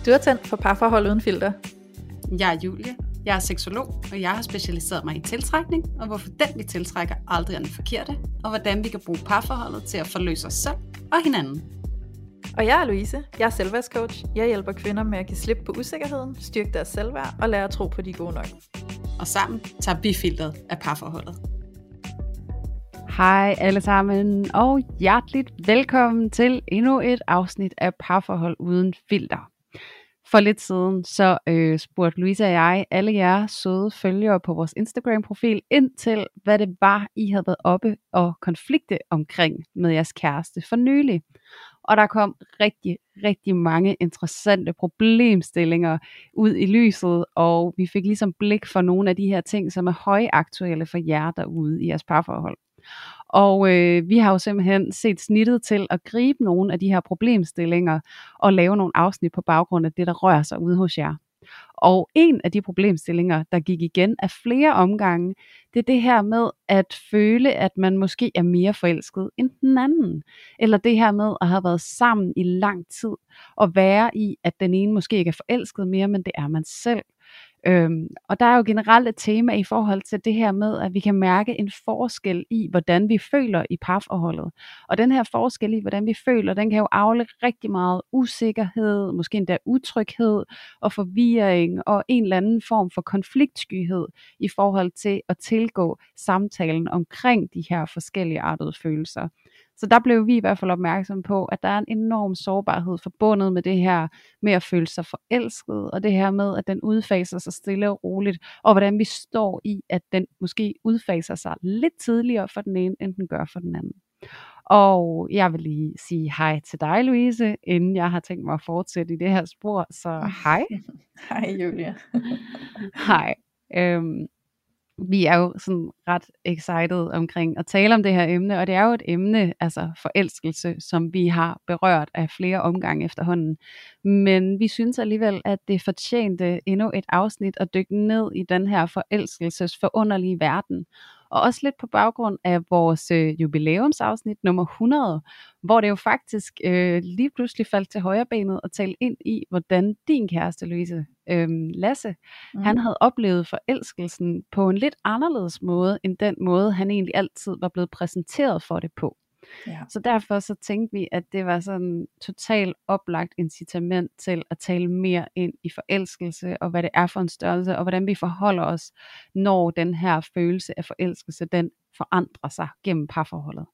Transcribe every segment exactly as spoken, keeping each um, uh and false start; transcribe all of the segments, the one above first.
Du er tændt for parforhold uden filter. Jeg er Julie, jeg er seksolog, og jeg har specialiseret mig i tiltrækning, og hvorfor den vi tiltrækker aldrig er den forkerte, og hvordan vi kan bruge parforholdet til at forløse os selv og hinanden. Og jeg er Louise, jeg er selvværdscoach. Jeg hjælper kvinder med at give slip på usikkerheden, styrke deres selvværd og lære at tro på, de er gode nok. Og sammen tager vi filteret af parforholdet. Hej alle sammen, og hjerteligt velkommen til endnu et afsnit af Parforhold uden filter. For lidt siden så øh, spurgte Louise og jeg alle jer søde følgere på vores Instagram-profil ind til, hvad det var, I havde været oppe og konflikte omkring med jeres kæreste for nylig. Og der kom rigtig, rigtig mange interessante problemstillinger ud i lyset, og vi fik ligesom blik for nogle af de her ting, som er højaktuelle for jer derude i jeres parforhold. Og øh, vi har jo simpelthen set snittet til at gribe nogle af de her problemstillinger og lave nogle afsnit på baggrund af det, der rører sig ude hos jer. Og en af de problemstillinger, der gik igen af flere omgange, det er det her med at føle, at man måske er mere forelsket end den anden. Eller det her med at have været sammen i lang tid og være i, at den ene måske ikke er forelsket mere, men det er man selv. Øhm, og der er jo generelt et tema i forhold til det her med, at vi kan mærke en forskel i, hvordan vi føler i parforholdet. Og den her forskel i, hvordan vi føler, den kan jo afle rigtig meget usikkerhed, måske endda utryghed og forvirring og en eller anden form for konfliktskyhed i forhold til at tilgå samtalen omkring de her forskellige artede følelser. Så der blev vi i hvert fald opmærksom på, at der er en enorm sårbarhed forbundet med det her med at føle sig forelsket, og det her med, at den udfaser sig stille og roligt, og hvordan vi står i, at den måske udfaser sig lidt tidligere for den ene, end den gør for den anden. Og jeg vil lige sige hej til dig, Louise, inden jeg har tænkt mig at fortsætte i det her spor, så hej. Hej Julia. Hej. Øhm, Vi er jo sådan ret excited omkring at tale om det her emne, og det er jo et emne, altså forelskelse, som vi har berørt af flere omgange efterhånden. Men vi synes alligevel, at det fortjente endnu et afsnit at dykke ned i den her forelskelses forunderlige verden. Og også lidt på baggrund af vores øh, jubilæumsafsnit nummer hundrede, hvor det jo faktisk øh, lige pludselig faldt til højrebenet og tale ind i, hvordan din kæreste, Louise, øh, Lasse, mm. han havde oplevet forelskelsen på en lidt anderledes måde, end den måde, han egentlig altid var blevet præsenteret for det på. Ja. Så derfor så tænkte vi, at det var sådan totalt oplagt incitament til at tale mere ind i forelskelse, og hvad det er for en størrelse, og hvordan vi forholder os, når den her følelse af forelskelse, den forandrer sig gennem parforholdet.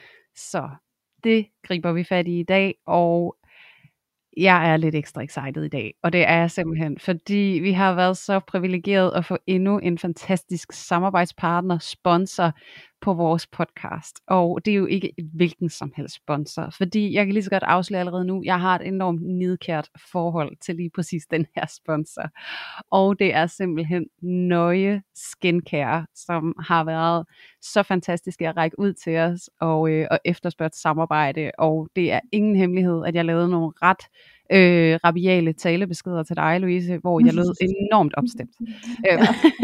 Så det griber vi fat i i dag, og jeg er lidt ekstra excited i dag, og det er jeg simpelthen, fordi vi har været så privilegeret at få endnu en fantastisk samarbejdspartner, sponsor på vores podcast. Og det er jo ikke et hvilken som helst sponsor, fordi jeg kan lige så godt afsløre allerede nu, jeg har et enormt nidkært forhold til lige præcis den her sponsor. Og det er simpelthen Nøje Skincare, som har været så fantastisk at række ud til os og, øh, og efterspørge samarbejde. Og det er ingen hemmelighed, at jeg lavede nogle ret øh, rabiale talebeskeder til dig, Louise, hvor jeg lød enormt opstemt. Ja.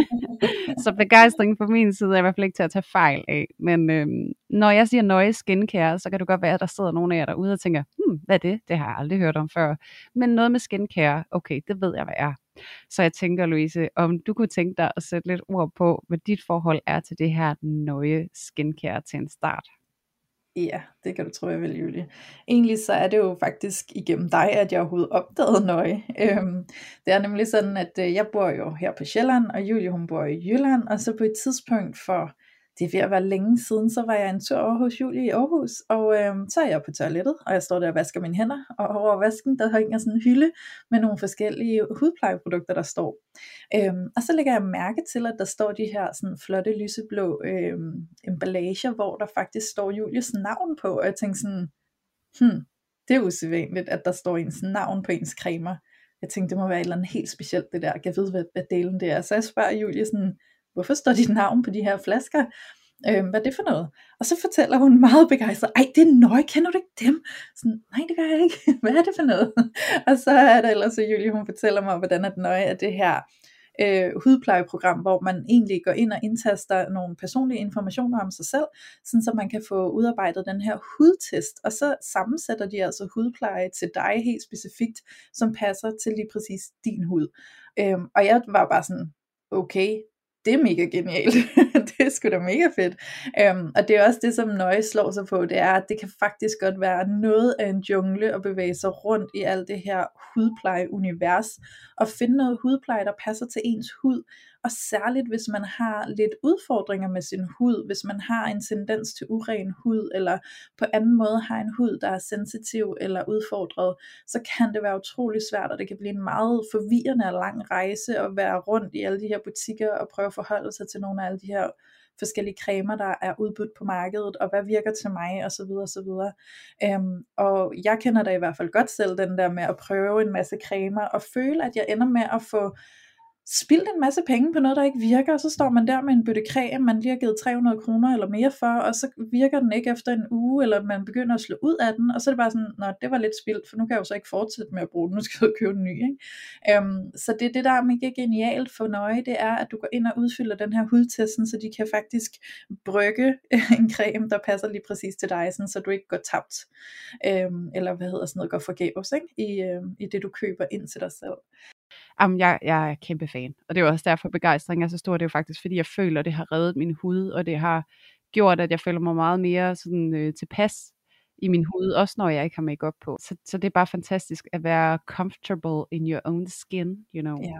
Så begejstringen på min side er i hvert fald ikke til at tage fejl af. Men øhm, når jeg siger Nøje Skincare, så kan det godt være, at der sidder nogle af jer derude og tænker, hmm, hvad er det? Det har jeg aldrig hørt om før. Men noget med skincare, okay, det ved jeg, hvad er. Så jeg tænker, Louise, om du kunne tænke dig at sætte lidt ord på, hvad dit forhold er til det her Nøje Skincare til en start. Ja, det kan du tro, jeg vil, Julie. Egentlig så er det jo faktisk igennem dig, at jeg overhovedet opdagede Nøje. Øhm, det er nemlig sådan, at øh, jeg bor jo her på Sjælland, og Julie hun bor i Jylland, og så på et tidspunkt for, det er ved at være længe siden, så var jeg en tur over hos Julie i Aarhus, og øhm, så er jeg på toilettet, og jeg står der og vasker mine hænder, og over vasken, der hænger sådan en hylde med nogle forskellige hudplejeprodukter, der står. Øhm, og så lægger jeg mærke til, at der står de her sådan flotte lyseblå øhm, emballager, hvor der faktisk står Julies navn på, og jeg tænkte sådan, hmm, det er usædvanligt, at der står ens navn på ens cremer. Jeg tænkte, det må være et eller andet helt specielt det der, jeg ved, hvad, hvad delen det er. Så jeg spørger Julie sådan, hvorfor står dit navn på de her flasker? Øhm, hvad er det for noget? Og så fortæller hun meget begejstret, ej, det er Nøje, kender du ikke dem? Sådan, nej, det gør jeg ikke. Hvad er det for noget? Og så er der ellers så Julie, hun fortæller mig, hvordan at Nøje er det her øh, hudplejeprogram, hvor man egentlig går ind og indtaster nogle personlige informationer om sig selv, sådan så man kan få udarbejdet den her hudtest, og så sammensætter de altså hudpleje til dig helt specifikt, som passer til lige præcis din hud. Øhm, og jeg var bare sådan, okay, det er mega genialt. Det er sgu da mega fedt. Um, og det er også det, som Nøje slår sig på, det er, at det kan faktisk godt være noget af en jungle at bevæge sig rundt i alt det her hudpleje-univers, og finde noget hudpleje, der passer til ens hud, og særligt hvis man har lidt udfordringer med sin hud, hvis man har en tendens til uren hud, eller på anden måde har en hud, der er sensitiv eller udfordret, så kan det være utrolig svært, og det kan blive en meget forvirrende og lang rejse at være rundt i alle de her butikker og prøve at forholde sig til nogle af alle de her forskellige cremer, der er udbudt på markedet, og hvad virker til mig, og så videre, og så videre. Øhm, og jeg kender da i hvert fald godt selv den der med at prøve en masse cremer, og føle, at jeg ender med at få spildt en masse penge på noget, der ikke virker, og så står man der med en bøtte creme, man lige har givet tre hundrede kroner eller mere for, og så virker den ikke efter en uge, eller man begynder at slå ud af den, og så er det bare sådan, nå, det var lidt spildt, for nu kan jeg jo så ikke fortsætte med at bruge den, nu skal jeg købe en ny, ikke? Um, så det er det, der er mega genialt for Nøje, det er, at du går ind og udfylder den her hudtesten, så de kan faktisk brygge en creme, der passer lige præcis til dig, sådan, så du ikke går tabt, um, eller hvad hedder sådan noget, går forgæves, ikke? I, uh, i det, du køber ind til dig selv. Jamen, jeg, jeg er kæmpe fan, og det er jo også derfor begejstringen er så stor. Det er jo faktisk fordi jeg føler det har reddet min hud, og det har gjort at jeg føler mig meget mere sådan øh, tilpas i min hud, også når jeg ikke har makeup på. Så, så det er bare fantastisk at være comfortable in your own skin, you know. Ja.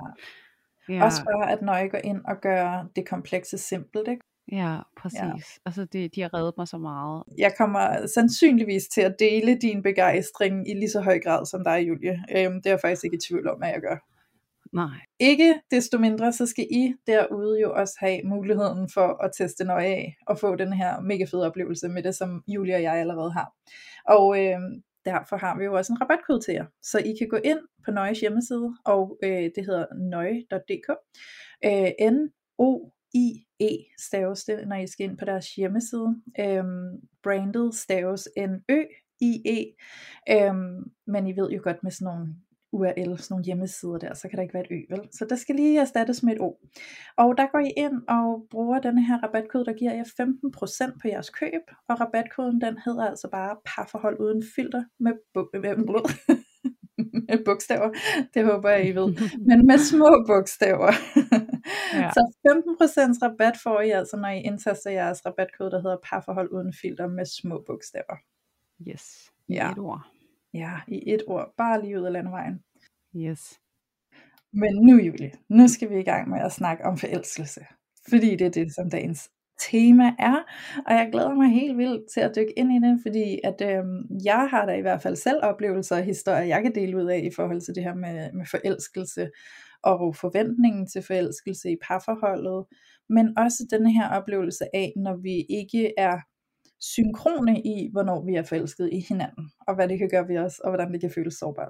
Ja. Også for at Nøje går ind og gør det komplekse simpelt, ikke? Ja, præcis. Ja. Altså det, de har reddet mig så meget. Jeg kommer sandsynligvis til at dele din begejstring i lige så høj grad som dig, Julie. Øhm, det er jeg faktisk ikke i tvivl om, at jeg gør. Nej. Ikke desto mindre, så skal I derude jo også have muligheden for at teste Nøje af, og få den her mega fede oplevelse med det, som Julie og jeg allerede har. Og øh, derfor har vi jo også en rabatkode til jer, så I kan gå ind på Nøjes hjemmeside, og øh, det hedder nøje punktum d k. Øh, N O I E staves det, når I skal ind på deres hjemmeside. Øh, brandet staves N Ø I E. Øh, men I ved jo godt med sådan nogle U R L, sådan nogle hjemmesider der, så kan der ikke være et ø, vel? Så der skal lige erstattes med et o. Og der går I ind og bruger denne her rabatkode, der giver jer femten procent på jeres køb, og rabatkoden den hedder altså bare parforhold uden filter med, bu- med, med bogstaver. Det håber jeg, I ved. Men med små bogstaver. Ja. Så femten procent rabat får I altså, når I indtaster jeres rabatkode, der hedder parforhold uden filter med små bogstaver. Yes, i ja. et ord. Ja, i et ord. Bare lige ud af landevejen. Yes. Men nu, Julie, nu skal vi i gang med at snakke om forelskelse. Fordi det er det, som dagens tema er. Og jeg glæder mig helt vildt til at dykke ind i det, fordi at øhm, jeg har da i hvert fald selv oplevelser og historier, jeg kan dele ud af i forhold til det her med, med forelskelse og forventningen til forelskelse i parforholdet. Men også denne her oplevelse af, når vi ikke er synkrone i, hvornår vi er forelsket i hinanden, og hvad det kan gøre ved os, og hvordan det kan føles sårbart.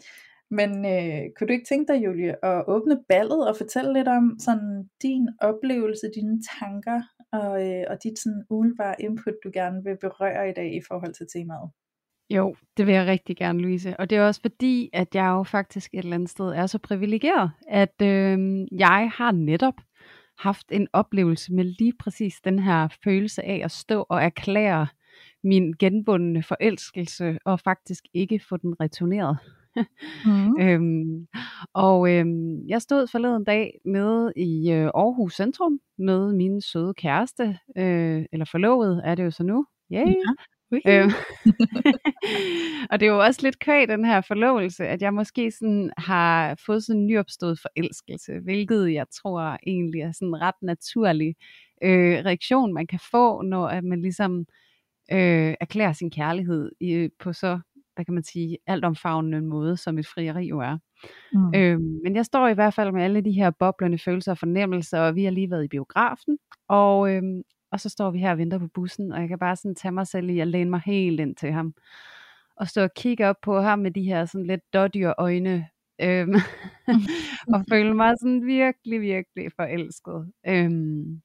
Men øh, kunne du ikke tænke dig, Julie, at åbne ballet og fortælle lidt om sådan din oplevelse, dine tanker, og, øh, og dit sådan umiddelbare input, du gerne vil berøre i dag i forhold til temaet? Jo, det vil jeg rigtig gerne, Louise. Og det er også fordi, at jeg jo faktisk et eller andet sted er så privilegeret, at øh, jeg har netop haft en oplevelse med lige præcis den her følelse af at stå og erklære min genbundne forelskelse, og faktisk ikke få den returneret. Mm. øhm, og øhm, jeg stod forleden dag nede i øh, Aarhus Centrum med min søde kæreste, øh, eller forlovede er det jo så nu. Yay! Ja. Øhm, og det er jo også lidt kvæg den her forlovelse, at jeg måske sådan har fået sådan en nyopstået forelskelse, hvilket jeg tror egentlig er sådan en ret naturlig øh, reaktion, man kan få, når at man ligesom øh, erklærer sin kærlighed i, på så, hvad kan man sige, altomfavnende måde, som et frieri jo er. Mm. Øhm, men jeg står i hvert fald med alle de her boblende følelser og fornemmelser, og vi har lige været i biografen, og, øhm, og så står vi her og venter på bussen, og jeg kan bare sådan tage mig selv i at læne mig helt ind til ham, og stå og kigge op på ham med de her sådan lidt dårdyre øjne, øhm, og føle mig sådan virkelig, virkelig forelsket. Øhm,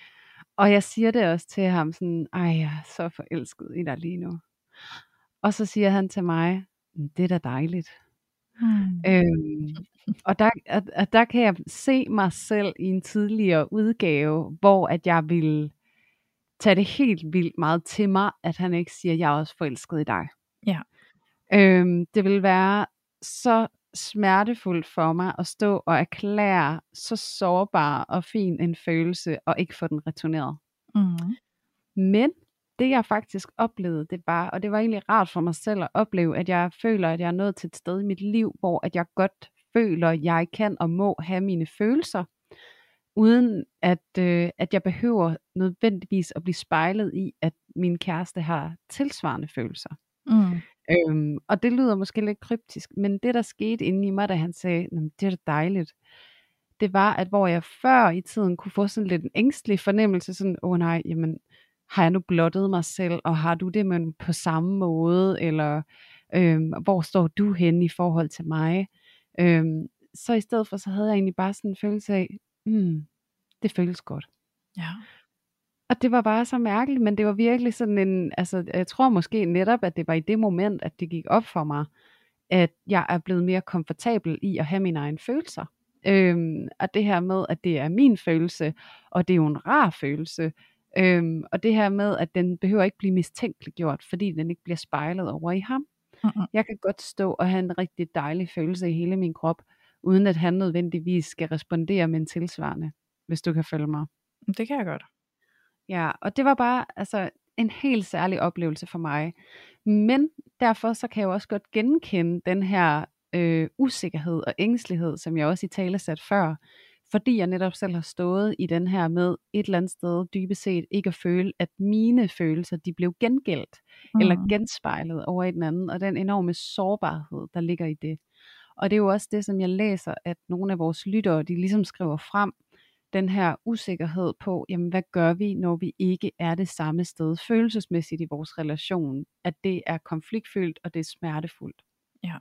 og jeg siger det også til ham sådan, ej, jeg er så forelsket i dig lige nu. Og så siger han til mig, det er da dejligt. Mm. Øhm, Og der, og, og der kan jeg se mig selv i en tidligere udgave, hvor at jeg ville tage det helt vildt meget til mig, at han ikke siger, at jeg er også forelsket i dig. Ja. Øhm, det vil være så smertefuldt for mig at stå og erklære så sårbar og fin en følelse, og ikke få den returneret. Mm. Men det jeg faktisk oplevede, det var, og det var egentlig rart for mig selv at opleve, at jeg føler, at jeg er nået til et sted i mit liv, hvor at jeg godt føler, at jeg kan og må have mine følelser, uden at, øh, at jeg behøver nødvendigvis at blive spejlet i, at min kæreste har tilsvarende følelser. Mm. Øhm, og det lyder måske lidt kryptisk, men det der skete inde i mig, da han sagde, det er da dejligt, det var, at hvor jeg før i tiden kunne få sådan lidt en ængstelig fornemmelse, sådan, åh oh, nej, jamen, har jeg nu blottet mig selv, og har du det men på samme måde, eller øhm, hvor står du henne i forhold til mig? Øhm, så i stedet for, så havde jeg egentlig bare sådan en følelse af, hmm, det føles godt. Ja. Og det var bare så mærkeligt, men det var virkelig sådan en, altså jeg tror måske netop, at det var i det moment, at det gik op for mig, at jeg er blevet mere komfortabel i at have mine egne følelser. Øhm, og det her med, at det er min følelse, og det er jo en rar følelse, øhm, og det her med, at den behøver ikke blive mistænkeliggjort, fordi den ikke bliver spejlet over i ham. Mm-hmm. Jeg kan godt stå og have en rigtig dejlig følelse i hele min krop, uden at han nødvendigvis skal respondere med en tilsvarende, hvis du kan følge mig. Det kan jeg godt. Ja, og det var bare altså en helt særlig oplevelse for mig. Men derfor så kan jeg jo også godt genkende den her øh, usikkerhed og ængstelighed, som jeg også i tale sat før, fordi jeg netop selv har stået i den her med et eller andet sted dybest set ikke at føle, at mine følelser, de blev gengældt mm. eller genspejlet over i den anden, og den enorme sårbarhed, der ligger i det. Og det er jo også det, som jeg læser, at nogle af vores lyttere, de ligesom skriver frem, den her usikkerhed på, jamen hvad gør vi, når vi ikke er det samme sted følelsesmæssigt i vores relation, at det er konfliktfyldt, og det er smertefuldt. Ja.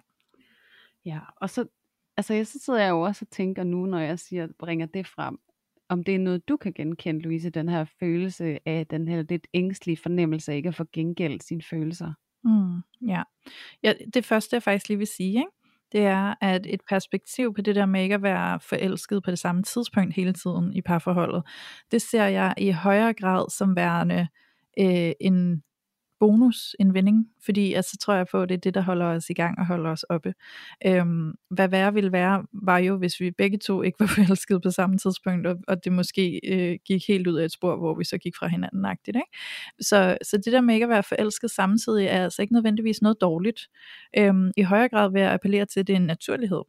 Ja, og så, altså, så sidder jeg jo også og tænker nu, når jeg siger, bringer det frem, om det er noget, du kan genkende, Louise, den her følelse af, den her lidt ængstlige fornemmelse af ikke at få gengældt sine følelser. Mm, ja. ja, det første jeg faktisk lige vil sige, ikke? Det er, at et perspektiv på det der med ikke at være forelsket på det samme tidspunkt hele tiden i parforholdet, det ser jeg i højere grad som værende øh, en bonus, en vending, fordi altså, så tror jeg på, at det er det, der holder os i gang og holder os oppe. Øhm, hvad værre ville være, var jo, hvis vi begge to ikke var forelsket på samme tidspunkt, og, og det måske øh, gik helt ud af et spor, hvor vi så gik fra hinanden-agtigt, ikke? Så, så det der med ikke at være forelsket samtidig, er altså ikke nødvendigvis noget dårligt. Øhm, I højere grad vil jeg appellere til, at det er en naturlighed.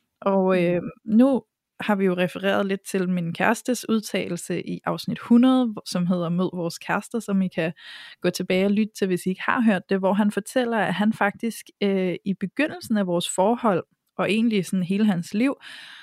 Og øh, nu har vi jo refereret lidt til min kærestes udtalelse i afsnit hundrede, som hedder Mød vores kærester, som I kan gå tilbage og lytte til, hvis I ikke har hørt det, hvor han fortæller, at han faktisk øh, i begyndelsen af vores forhold, og egentlig sådan hele hans liv,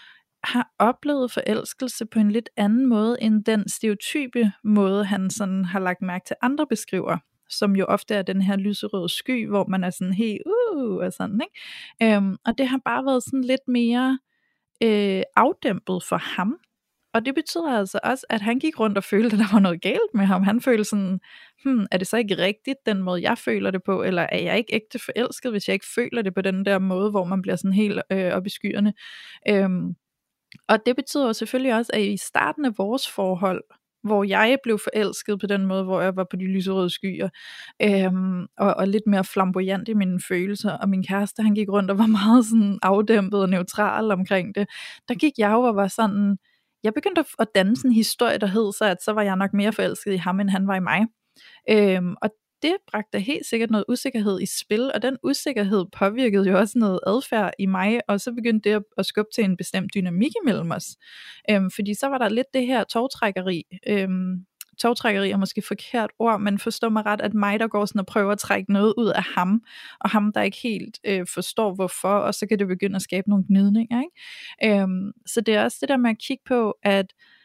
har oplevet forelskelse på en lidt anden måde, end den stereotype måde, han sådan har lagt mærke til andre beskriver, som jo ofte er den her lyserøde sky, hvor man er sådan helt, uh, og sådan, ikke? Øhm, og det har bare været sådan lidt mere Øh, afdæmpet for ham, og det betyder altså også, at han gik rundt og følte, at der var noget galt med ham. Han følte sådan, hmm, er det så ikke rigtigt den måde jeg føler det på, eller er jeg ikke ægte forelsket, hvis jeg ikke føler det på den der måde, hvor man bliver sådan helt øh, op i skyerne. øhm, og det betyder jo selvfølgelig også, at i starten af vores forhold, hvor jeg blev forelsket på den måde, hvor jeg var på de lyserøde skyer, øhm, og, og lidt mere flamboyant i mine følelser, og min kæreste, han gik rundt og var meget sådan afdæmpet og neutral omkring det. Der gik jeg jo og var sådan, jeg begyndte at danne sådan en historie, der hed så, at så var jeg nok mere forelsket i ham, end han var i mig. Øhm, og det bragte helt sikkert noget usikkerhed i spil, og den usikkerhed påvirkede jo også noget adfærd i mig, og så begyndte det at, at skubbe til en bestemt dynamik imellem os. Øhm, fordi så var der lidt det her tovtrækkeri. Øhm, tovtrækkeri er måske forkert ord, men forstår mig ret, at mig, der går sådan og prøver at trække noget ud af ham, og ham, der ikke helt øh, forstår hvorfor, og så kan det begynde at skabe nogle gnidninger, ikke? Øhm, så det er også det der med at kigge på, at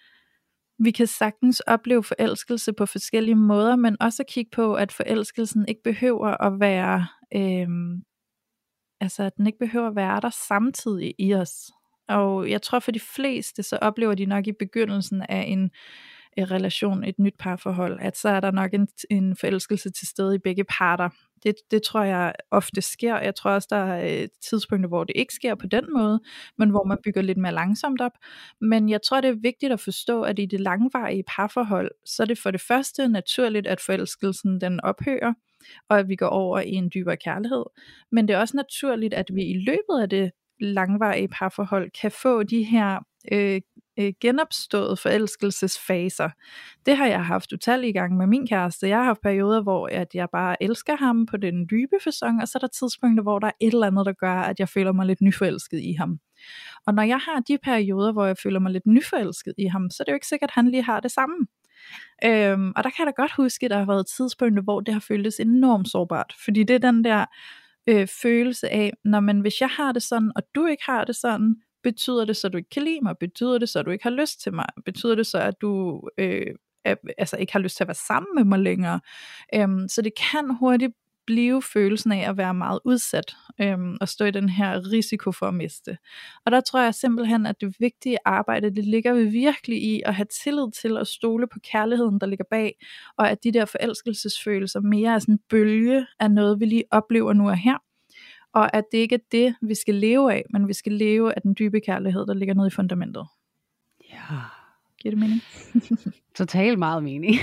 vi kan sagtens opleve forelskelse på forskellige måder, men også at kigge på, at forelskelsen ikke behøver at være, øhm, altså at den ikke behøver at være der samtidig i os. Og jeg tror for de fleste, så oplever de nok i begyndelsen af en øh, relation, et nyt parforhold, at så er der nok en, en forelskelse til stede i begge parter. Det, det tror jeg ofte sker. Jeg tror også, der er tidspunkter, hvor det ikke sker på den måde, men hvor man bygger lidt mere langsomt op. Men jeg tror, det er vigtigt at forstå, at i det langvarige parforhold, så er det for det første naturligt, at forelskelsen den ophører, og at vi går over i en dybere kærlighed. Men det er også naturligt, at vi i løbet af det langvarige parforhold kan få de her øh, øh, genopståede forelskelsesfaser. Det har jeg haft utallige gange med min kæreste. Jeg har haft perioder, hvor at jeg bare elsker ham på den dybe facon, og så er der tidspunkter, hvor der er et eller andet, der gør, at jeg føler mig lidt nyforelsket i ham. Og når jeg har de perioder, hvor jeg føler mig lidt nyforelsket i ham, så er det jo ikke sikkert, at han lige har det samme. Øhm, og der kan jeg da godt huske, at der har været tidspunkter, hvor det har føltes enormt sårbart, fordi det er den der øh, følelse af, når man, hvis jeg har det sådan, og du ikke har det sådan, betyder det så, at du ikke kan lide mig? Betyder det så, at du ikke har lyst til mig? Betyder det så, at du øh, er, altså ikke har lyst til at være sammen med mig længere? Øhm, så det kan hurtigt blive følelsen af at være meget udsat, øhm, og stå i den her risiko for at miste. Og der tror jeg simpelthen, at det vigtige arbejde, det ligger vi virkelig i at have tillid til at stole på kærligheden, der ligger bag, og at de der forelskelsesfølelser mere er sådan en bølge af noget, vi lige oplever nu og her, og at det ikke er det, vi skal leve af, men vi skal leve af den dybe kærlighed, der ligger nede i fundamentet. Ja. Giver det mening? Totalt meget mening.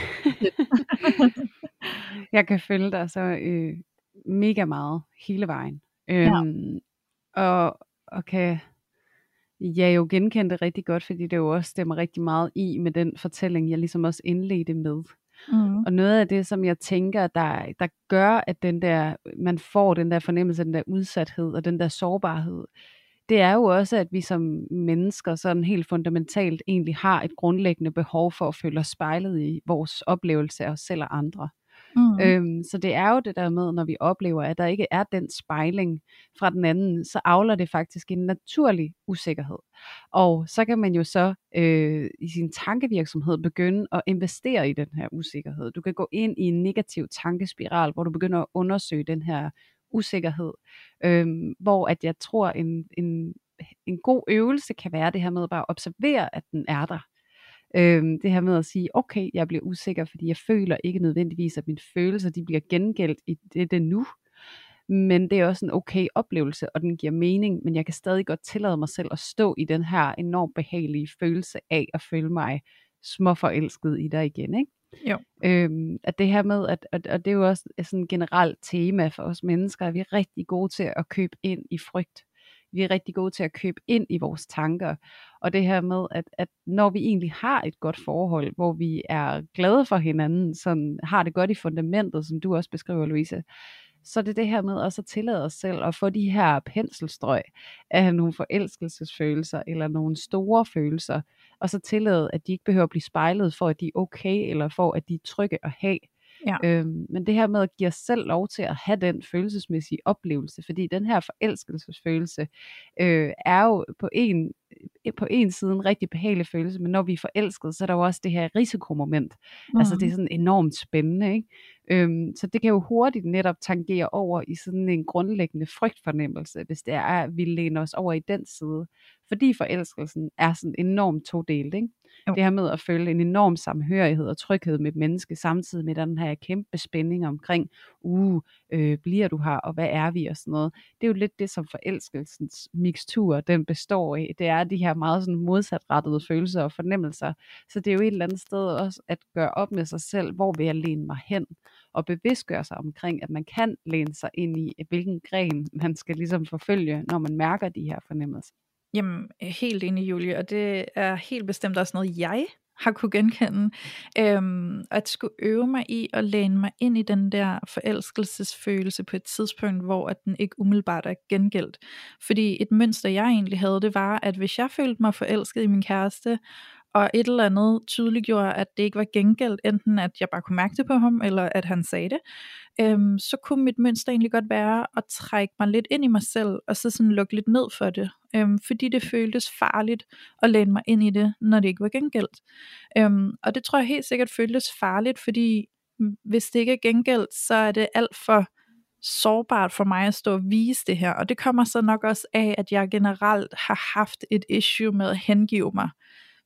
Jeg kan følge dig så øh, mega meget hele vejen. Øhm, ja. og, og kan ja, jo genkende det rigtig godt, fordi det jo også stemmer rigtig meget i med den fortælling, jeg ligesom også indledte med. Mm. Og noget af det, som jeg tænker, der, der gør, at den der, man får den der fornemmelse af den der udsathed og den der sårbarhed, det er jo også, at vi som mennesker sådan helt fundamentalt egentlig har et grundlæggende behov for at føle os spejlet i vores oplevelse af os selv og andre. Mm. Øhm, så det er jo det der med, når vi oplever, at der ikke er den spejling fra den anden, så avler det faktisk en naturlig usikkerhed. Og så kan man jo så øh, i sin tankevirksomhed begynde at investere i den her usikkerhed. Du kan gå ind i en negativ tankespiral, hvor du begynder at undersøge den her usikkerhed, øhm, hvor at jeg tror en, en, en god øvelse kan være det her med bare at observere, at den er der. Øhm, det her med at sige, okay, jeg bliver usikker, fordi jeg føler ikke nødvendigvis, at mine følelser de bliver gengældt i det, det nu. Men det er også en okay oplevelse, og den giver mening, men jeg kan stadig godt tillade mig selv at stå i den her enormt behagelige følelse af at føle mig småforelsket i dig igen, ikke? Jo. Øhm, at det her med, at, at, at det er jo også sådan et generelt tema for os mennesker, at vi er rigtig gode til at købe ind i frygt. Vi er rigtig gode til at købe ind i vores tanker. Og det her med, at, at når vi egentlig har et godt forhold, hvor vi er glade for hinanden, sådan har det godt i fundamentet, som du også beskriver, Louise, så det er det her med også at tillade os selv at få de her penselstrøg af nogle forelskelsesfølelser eller nogle store følelser, og så tillade, at de ikke behøver at blive spejlet for, at de er okay, eller for, at de er trygge at have. Ja. Øhm, men det her med at give os selv lov til at have den følelsesmæssige oplevelse, fordi den her forelskelsesfølelse øh, er jo på en, på en side en rigtig behagelig følelse, men når vi er forelskede, så er der jo også det her risikomoment. Mm. Altså det er sådan enormt spændende, ikke? Øhm, så det kan jo hurtigt netop tangere over i sådan en grundlæggende frygtfornemmelse, hvis det er, at vi læner os over i den side. Fordi forelskelsen er sådan enormt todelt, ikke? Jo. Det her med at føle en enorm samhørighed og tryghed med et menneske, samtidig med den her kæmpe spænding omkring, uh, øh, bliver du her, og hvad er vi, og sådan noget. Det er jo lidt det, som forelskelsens mixtur, den består i. Det er de her meget sådan modsatrettede følelser og fornemmelser. Så det er jo et eller andet sted også at gøre op med sig selv, hvor vil jeg læne mig hen, og bevidstgøre sig omkring, at man kan læne sig ind i, hvilken gren man skal ligesom forfølge, når man mærker de her fornemmelser. Jamen, helt enig, Julie, og det er helt bestemt også noget, jeg har kunne genkende. Øhm, at skulle øve mig i at læne mig ind i den der forelskelsesfølelse på et tidspunkt, hvor at den ikke umiddelbart er gengældt. Fordi et mønster, jeg egentlig havde, det var, at hvis jeg følte mig forelsket i min kæreste, og et eller andet tydeliggjorde, at det ikke var gengældt, enten at jeg bare kunne mærke det på ham, eller at han sagde det, øhm, så kunne mit mønster egentlig godt være at trække mig lidt ind i mig selv, og så sådan lukke lidt ned for det, øhm, fordi det føltes farligt at læne mig ind i det, når det ikke var gengældt. Øhm, og det tror jeg helt sikkert føltes farligt, fordi hvis det ikke er gengældt, så er det alt for sårbart for mig at stå og vise det her, og det kommer så nok også af, at jeg generelt har haft et issue med at hengive mig.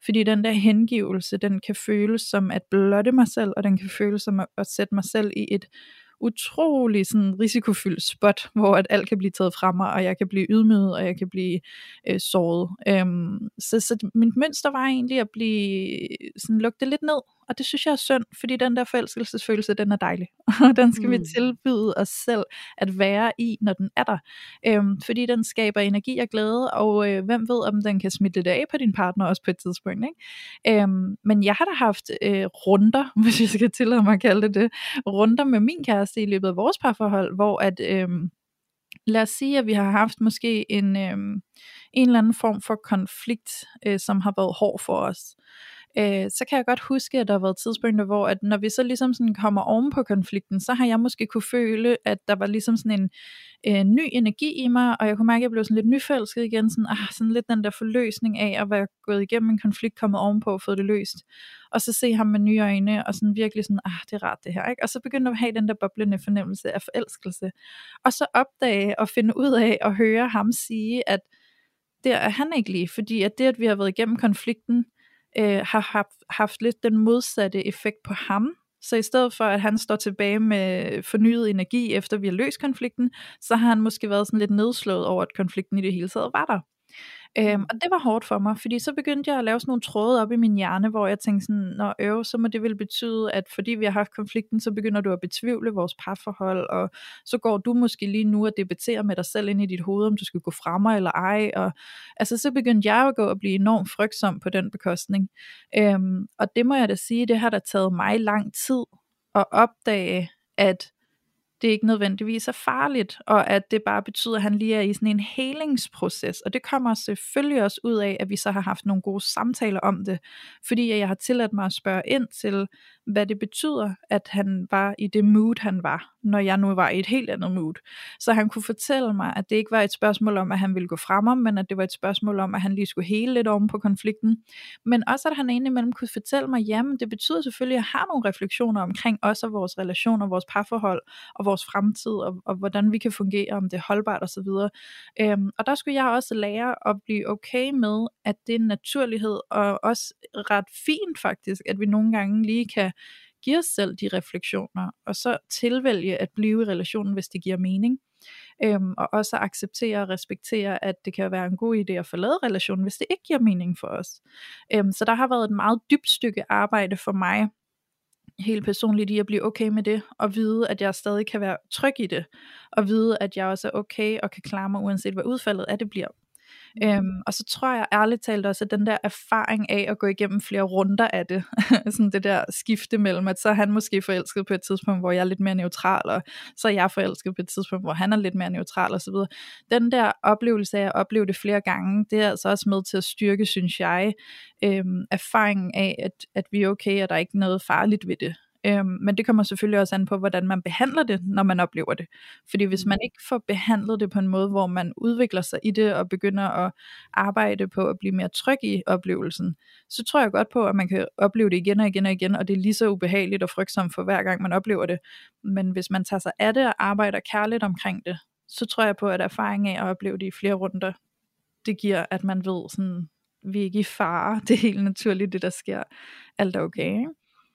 Fordi den der hengivelse, den kan føles som at blotte mig selv, og den kan føles som at, at sætte mig selv i et utrolig sådan risikofyldt spot, hvor at alt kan blive taget fra mig, og jeg kan blive ydmyget, og jeg kan blive øh, såret. Øhm, så, så mit mønster var egentlig at blive sådan lugte lidt ned, og det synes jeg er synd, fordi den der forelskelsesfølelse, den er dejlig, og den skal mm. vi tilbyde os selv at være i, når den er der, øhm, fordi den skaber energi og glæde, og øh, hvem ved, om den kan smitte det af på din partner også på et tidspunkt, ikke? Øhm, men jeg har da haft øh, runder, hvis jeg skal tillade mig at kalde det det, runder med min kæreste i løbet af vores parforhold, hvor at øh, lad os sige, at vi har haft måske en, øh, en eller anden form for konflikt, øh, som har været hård for os. Øh, så kan jeg godt huske, at der har været tidspunkter, hvor at når vi så ligesom sådan kommer oven på konflikten, så har jeg måske kunne føle, at der var ligesom sådan en øh, ny energi i mig, og jeg kunne mærke, at jeg blev sådan lidt nyforelsket igen, sådan, ah, sådan lidt den der forløsning af at være gået igennem en konflikt, kommet ovenpå og fået det løst, og så se ham med nye øjne, og sådan virkelig sådan, ah, det er rart det her, ikke? Og så begyndte jeg at have den der boblende fornemmelse af forelskelse, og så opdage og finde ud af at høre ham sige, at det er han ikke lige, fordi at det, at vi har været igennem konflikten, Øh, har haft, haft lidt den modsatte effekt på ham. Så i stedet for at han står tilbage med fornyet energi efter vi har løst konflikten, så har han måske været sådan lidt nedslået over, at konflikten i det hele taget var der. Øhm, og det var hårdt for mig, fordi så begyndte jeg at lave sådan nogle tråde op i min hjerne, hvor jeg tænkte sådan, når øv, så må det vel betyde, at fordi vi har haft konflikten, så begynder du at betvivle vores parforhold, og så går du måske lige nu at debattere med dig selv ind i dit hoved, om du skal gå fra mig eller ej, og altså så begyndte jeg at gå og blive enormt frygtsom på den bekostning. Øhm, og det må jeg da sige, det har da taget mig lang tid at opdage, at det ikke nødvendigvis er farligt, og at det bare betyder, at han lige er i sådan en helingsproces, og det kommer selvfølgelig også ud af, at vi så har haft nogle gode samtaler om det, fordi jeg har tilladt mig at spørge ind til, hvad det betyder, at han var i det mood, han var, når jeg nu var i et helt andet mood. Så han kunne fortælle mig, at det ikke var et spørgsmål om, at han ville gå fra mig, men at det var et spørgsmål om, at han lige skulle hele lidt oven på konflikten. Men også, at han indimellem kunne fortælle mig, jamen det betyder selvfølgelig, at jeg har nogle refleksioner omkring os og vores relationer, vores parforhold og vores fremtid, og, og hvordan vi kan fungere, om det er holdbart osv. Øhm, og der skulle jeg også lære at blive okay med, at det er en naturlighed, og også ret fint faktisk, at vi nogle gange lige kan give os selv de refleksioner, og så tilvælge at blive i relationen, hvis det giver mening. Øhm, og også acceptere og respektere, at det kan være en god idé at forlade relationen, hvis det ikke giver mening for os. Øhm, så der har været et meget dybt stykke arbejde for mig, helt personligt, i at blive okay med det, og vide, at jeg stadig kan være tryg i det, og vide, at jeg også er okay, og kan klare mig, uanset hvad udfaldet af det bliver. Mm. Øhm, og så tror jeg ærligt talt også, at den der erfaring af at gå igennem flere runder af det, sådan det der skifte mellem, at så er han måske forelsket på et tidspunkt, hvor jeg er lidt mere neutral, og så er jeg forelsket på et tidspunkt, hvor han er lidt mere neutral, og så videre. Den der oplevelse af at opleve det flere gange, det er altså også med til at styrke, synes jeg, øhm, erfaringen af, at, at vi er okay, og der er ikke noget farligt ved det. Øhm, men det kommer selvfølgelig også an på, hvordan man behandler det, når man oplever det. Fordi hvis man ikke får behandlet det på en måde, hvor man udvikler sig i det, og begynder at arbejde på at blive mere tryg i oplevelsen, så tror jeg godt på, at man kan opleve det igen og igen og igen, og det er lige så ubehageligt og frygtsomt for hver gang man oplever det. Men hvis man tager sig af det og arbejder kærligt omkring det, så tror jeg på, at erfaringen af at opleve det i flere runder, det giver, at man ved sådan, vi er ikke i fare, det er helt naturligt det der sker, alt er okay, ikke?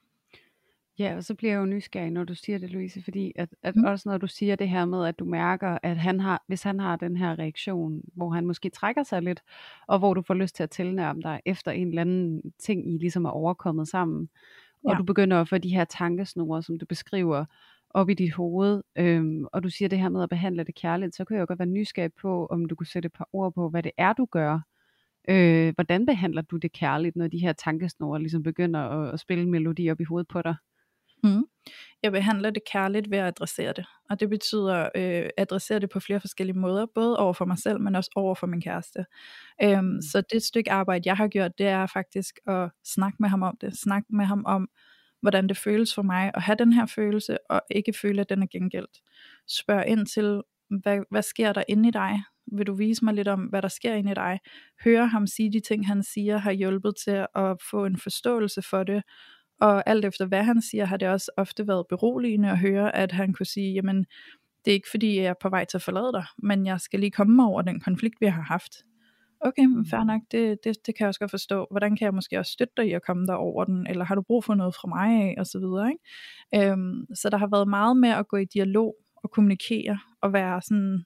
Ja, og så bliver jeg jo nysgerrig, når du siger det, Louise, fordi at, at Mm. også når du siger det her med, at du mærker, at han har, hvis han har den her reaktion, hvor han måske trækker sig lidt, og hvor du får lyst til at tilnærme dig efter en eller anden ting, I ligesom er overkommet sammen, og Ja. du begynder at få de her tankesnore, som du beskriver, op i dit hoved, øhm, og du siger det her med at behandle det kærligt, så kan jeg jo godt være nysgerrig på, om du kunne sætte et par ord på, hvad det er, du gør. Øh, hvordan behandler du det kærligt, når de her tankesnore ligesom begynder at, at spille en melodi op i hovedet på dig? Mm. Jeg behandler det kærligt ved at adressere det, og det betyder øh, adressere det på flere forskellige måder, både over for mig selv, men også over for min kæreste. Øhm, mm. Så det stykke arbejde, jeg har gjort, det er faktisk at snakke med ham om det, snakke med ham om, hvordan det føles for mig at have den her følelse, og ikke føle, at den er gengældt. Spørg ind til, hvad, hvad sker der inde i dig? Vil du vise mig lidt om, hvad der sker inde i dig? Høre ham sige de ting, han siger, har hjulpet til at få en forståelse for det, og alt efter hvad han siger, har det også ofte været beroligende at høre, at han kunne sige, jamen, det er ikke fordi, jeg er på vej til at forlade dig, men jeg skal lige komme mig over den konflikt, vi har haft. Okay, men fair nok, det, det, det kan jeg også godt forstå. Hvordan kan jeg måske også støtte dig i at komme der over den, eller har du brug for noget fra mig af, og så videre, ikke? Øhm, så der har været meget med at gå i dialog og kommunikere, og være sådan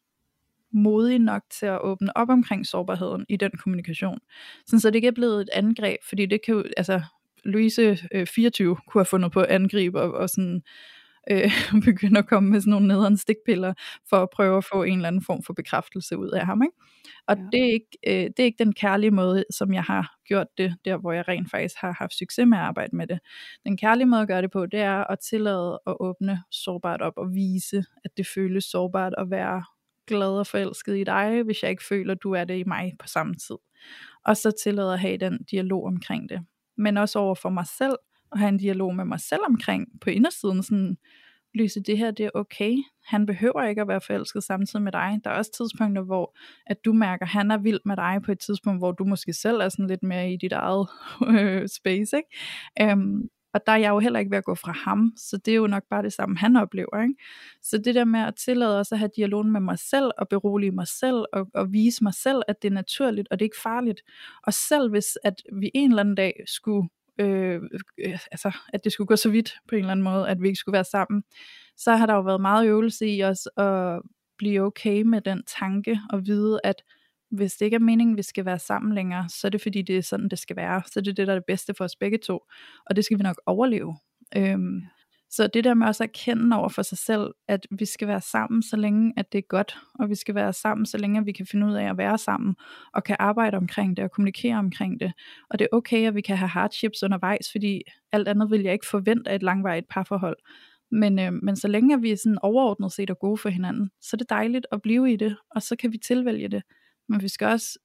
modig nok til at åbne op omkring sårbarheden i den kommunikation. Sådan, så det ikke er blevet et angreb, fordi det kan jo, altså Louise øh, fireogtyve kunne have fundet på at angribe og, og sådan øh, begynde at komme med sådan nogle nederen stikpiller for at prøve at få en eller anden form for bekræftelse ud af ham, ikke? Og ja. det, er ikke, øh, det er ikke den kærlige måde, som jeg har gjort det, der hvor jeg rent faktisk har haft succes med at arbejde med det. Den kærlige måde at gøre det på, det er at tillade at åbne sårbart op og vise, at det føles sårbart at være glad og forelsket i dig, hvis jeg ikke føler, at du er det i mig på samme tid. Og så tillade at have den dialog omkring det. Men også over for mig selv, at have en dialog med mig selv omkring på indersiden, sådan, Lyse, det her, det er okay. Han behøver ikke at være forelsket samtidig med dig. Der er også tidspunkter, hvor at du mærker, at han er vild med dig på et tidspunkt, hvor du måske selv er sådan lidt mere i dit eget øh, space, ikke? Um, og der er jeg jo heller ikke ved at gå fra ham, så det er jo nok bare det samme, han oplever, ikke? Så det der med at tillade os at have dialogen med mig selv, og berolige mig selv, og, og vise mig selv, at det er naturligt, og det er ikke farligt. Og selv hvis at vi en eller anden dag skulle Øh, øh, altså at det skulle gå så vidt på en eller anden måde, at vi ikke skulle være sammen, så har der jo været meget øvelse i os at blive okay med den tanke, og vide, at hvis det ikke er meningen, vi skal være sammen længere, så er det fordi, det er sådan, det skal være. Så det er det, der er det bedste for os begge to, og det skal vi nok overleve. øhm, Så det der med også at kende over for sig selv, at vi skal være sammen, så længe at det er godt, og vi skal være sammen, så længe at vi kan finde ud af at være sammen, og kan arbejde omkring det, og kommunikere omkring det. Og det er okay, at vi kan have hardships undervejs, fordi alt andet vil jeg ikke forvente af et langvarigt parforhold. Men, øh, men så længe at vi er sådan overordnet set og gode for hinanden, så er det dejligt at blive i det, og så kan vi tilvælge det. Men vi skal også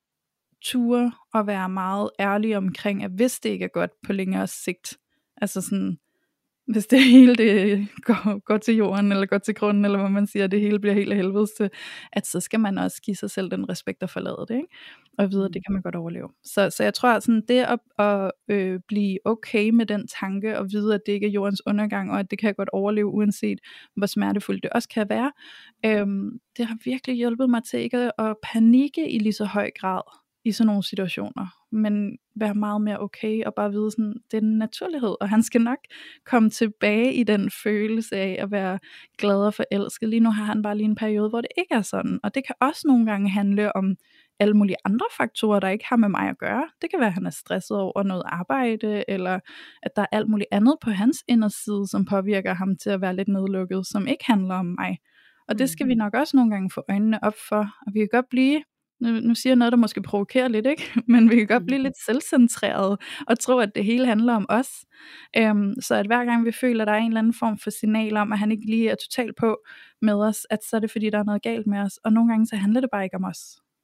ture og være meget ærlige omkring, at hvis det ikke er godt på længere sigt, altså sådan, hvis det hele det går, går til jorden, eller går til grunden, eller hvad man siger, det hele bliver helt af helvedes til, at så skal man også give sig selv den respekt og forlade det, ikke? Og vide, at det kan man godt overleve. Så, så jeg tror, at sådan det at, at øh, blive okay med den tanke, og vide, at det ikke er jordens undergang, og at det kan jeg godt overleve, uanset hvor smertefuldt det også kan være, øhm, det har virkelig hjulpet mig til ikke at, at panikke i lige så høj grad i sådan nogle situationer, men være meget mere okay, og bare vide sådan, det er en naturlighed, og han skal nok komme tilbage i den følelse af at være glad og forelsket. Lige nu har han bare lige en periode, hvor det ikke er sådan, og det kan også nogle gange handle om alle mulige andre faktorer, der ikke har med mig at gøre. Det kan være, at han er stresset over noget arbejde, eller at der er alt muligt andet på hans inderside, som påvirker ham til at være lidt nedlukket, som ikke handler om mig. Og det skal vi nok også nogle gange få øjnene op for, og vi kan godt blive Nu, nu siger jeg noget, der måske provokerer lidt, ikke? Men vi kan godt blive lidt selvcentreret og tro, at det hele handler om os. Øhm, så at hver gang vi føler, at der er en eller anden form for signal om, at han ikke lige er totalt på med os, at så er det fordi, der er noget galt med os. Og nogle gange så handler det bare ikke om os.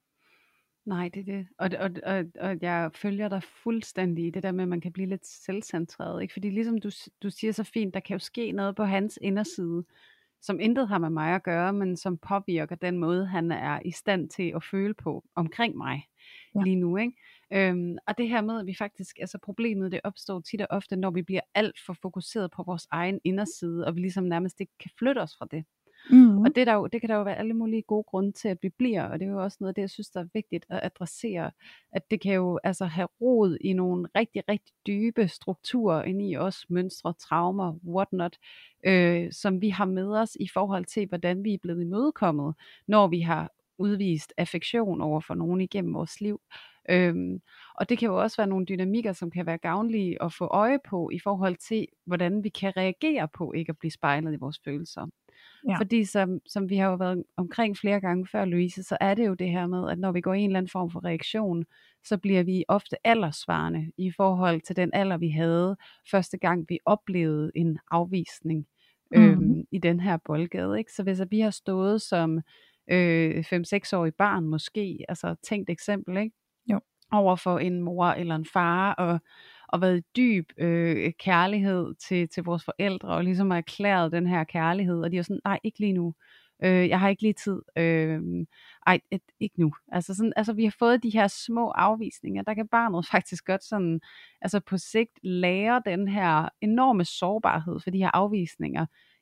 Nej, det er det. Og, og, og, og jeg følger dig fuldstændig i det der med, at man kan blive lidt selvcentreret. Ikke? Fordi ligesom du, du siger så fint, der kan jo ske noget på hans inderside, som intet har med mig at gøre, men som påvirker den måde, han er i stand til at føle på omkring mig ja. lige nu. Ikke? Øhm, og det her med, at vi faktisk, altså problemet, det opstår tit og ofte, når vi bliver alt for fokuseret på vores egen inderside, og vi ligesom nærmest ikke kan flytte os fra det. Mm. Og det, der jo, det kan der jo være alle mulige gode grunde til, at vi bliver, og det er jo også noget af det, jeg synes, der er vigtigt at adressere, at det kan jo altså have rod i nogle rigtig, rigtig dybe strukturer inde i os, mønstre, traumer, whatnot, øh, som vi har med os i forhold til, hvordan vi er blevet imødekommet, når vi har udvist affektion over for nogen igennem vores liv. Øhm, og det kan jo også være nogle dynamikker, som kan være gavnlige at få øje på, i forhold til, hvordan vi kan reagere på ikke at blive spejlet i vores følelser. Ja. Fordi som, som vi har jo været omkring flere gange før, Louise, så er det jo det her med, at når vi går i en eller anden form for reaktion, så bliver vi ofte alderssvarende i forhold til den alder, vi havde første gang, vi oplevede en afvisning øhm, mm-hmm. i den her boldgade. Ikke? Så hvis vi har stået som øh, fem-seks-årig barn måske, altså tænkt eksempel, ikke? Jo. Over for en mor eller en far, og og været i dyb øh, kærlighed til, til vores forældre, og ligesom har erklæret den her kærlighed, og de er sådan, nej, ikke lige nu, øh, jeg har ikke lige tid, øh, ej, et, ikke nu, altså, sådan, altså vi har fået de her små afvisninger, der kan barnet faktisk godt sådan, altså på sigt lære den her enorme sårbarhed for de her afvisninger,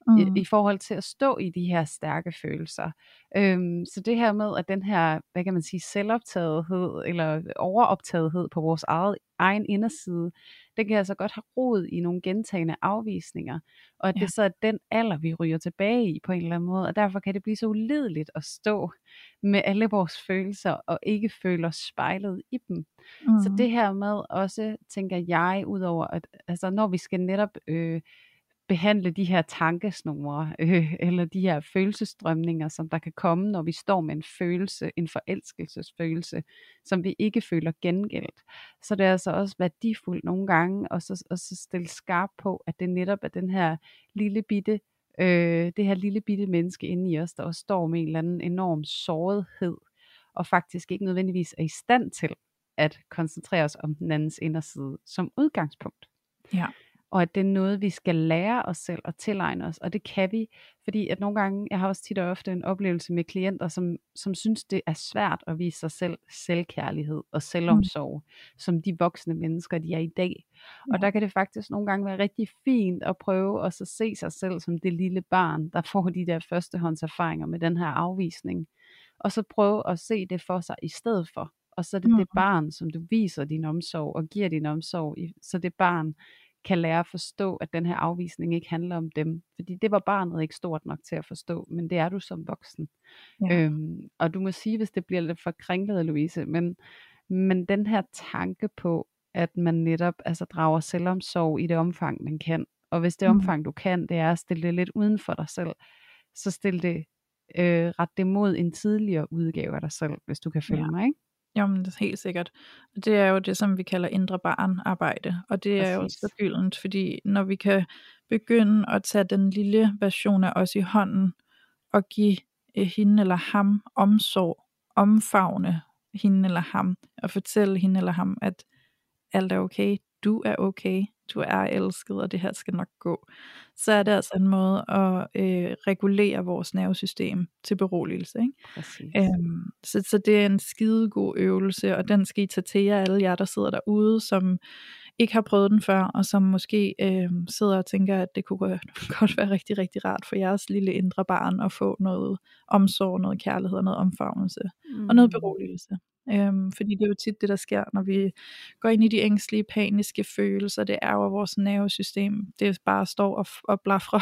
mm. i, Mm. i forhold til at stå i de her stærke følelser. Øhm, så det her med, at den her, hvad kan man sige, selvoptagethed, eller overoptagethed på vores eget, egen inderside, det kan altså godt have rod i nogle gentagne afvisninger, og at Ja. det så er den alder, vi ryger tilbage i på en eller anden måde, og derfor kan det blive så ulideligt at stå med alle vores følelser, og ikke føle os spejlet i dem. Mm. Så det her med også, tænker jeg, udover at, altså når vi skal netop øh, behandle de her tankesnore, øh, eller de her følelsesstrømninger, som der kan komme, når vi står med en følelse, en forelskelsesfølelse, som vi ikke føler gengældt. Så det er altså også værdifuldt nogle gange, og så, og så stille skarp på, at det netop er den her lille bitte, øh, det her lille bitte menneske inde i os, der også står med en eller anden enorm sårighed, og faktisk ikke nødvendigvis er i stand til at koncentrere os om den andens inderside som udgangspunkt. Ja. Og at det er noget, vi skal lære os selv og tilegne os, og det kan vi, fordi at nogle gange, jeg har også tit og ofte en oplevelse med klienter, som, som synes, det er svært at vise sig selv selvkærlighed og selvomsorg, mm. som de voksne mennesker, de er i dag. Og Ja. der kan det faktisk nogle gange være rigtig fint at prøve at så se sig selv som det lille barn, der får de der førstehåndserfaringer med den her afvisning, og så prøve at se det for sig i stedet for. Og så er det Mm. det barn, som du viser din omsorg og giver din omsorg, så det barn kan lære at forstå, at den her afvisning ikke handler om dem. Fordi det var barnet ikke stort nok til at forstå, men det er du som voksen. Ja. Øhm, og du må sige, hvis det bliver lidt for kringlet, Louise, men, men den her tanke på, at man netop altså, drager selvomsorg i det omfang, man kan. Og hvis det Mm. omfang, du kan, det er at stille det lidt uden for dig selv, så stil det øh, ret det mod en tidligere udgave af dig selv, hvis du kan følge Ja. mig, ikke? Jamen, det er helt sikkert. Og det er jo det, som vi kalder indre barn-arbejde. Og det er jo Præcis. så gyldent, fordi når vi kan begynde at tage den lille version af os i hånden, og give eh, hende eller ham omsorg, omfavne hende eller ham, og fortælle hende eller ham, at alt er okay, du er okay, du er elsket, og det her skal nok gå, så er det altså en måde at øh, regulere vores nervesystem til beroligelse, ikke? Præcis. Øhm, så, så det er en skidegod øvelse, og den skal I tage til jer, alle jer der sidder derude, som ikke har prøvet den før, og som måske øh, sidder og tænker, at det kunne godt være rigtig, rigtig rart for jeres lille indre barn at få noget omsorg, noget kærlighed og noget omfavnelse, mm. og noget beroligelse. Øhm, fordi det er jo tit det, der sker, når vi går ind i de ængstlige, paniske følelser. Det er jo vores nervesystem, det bare står og, og blafrer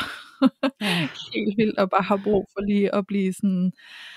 Ja. helt vildt, og bare har brug for lige at blive sådan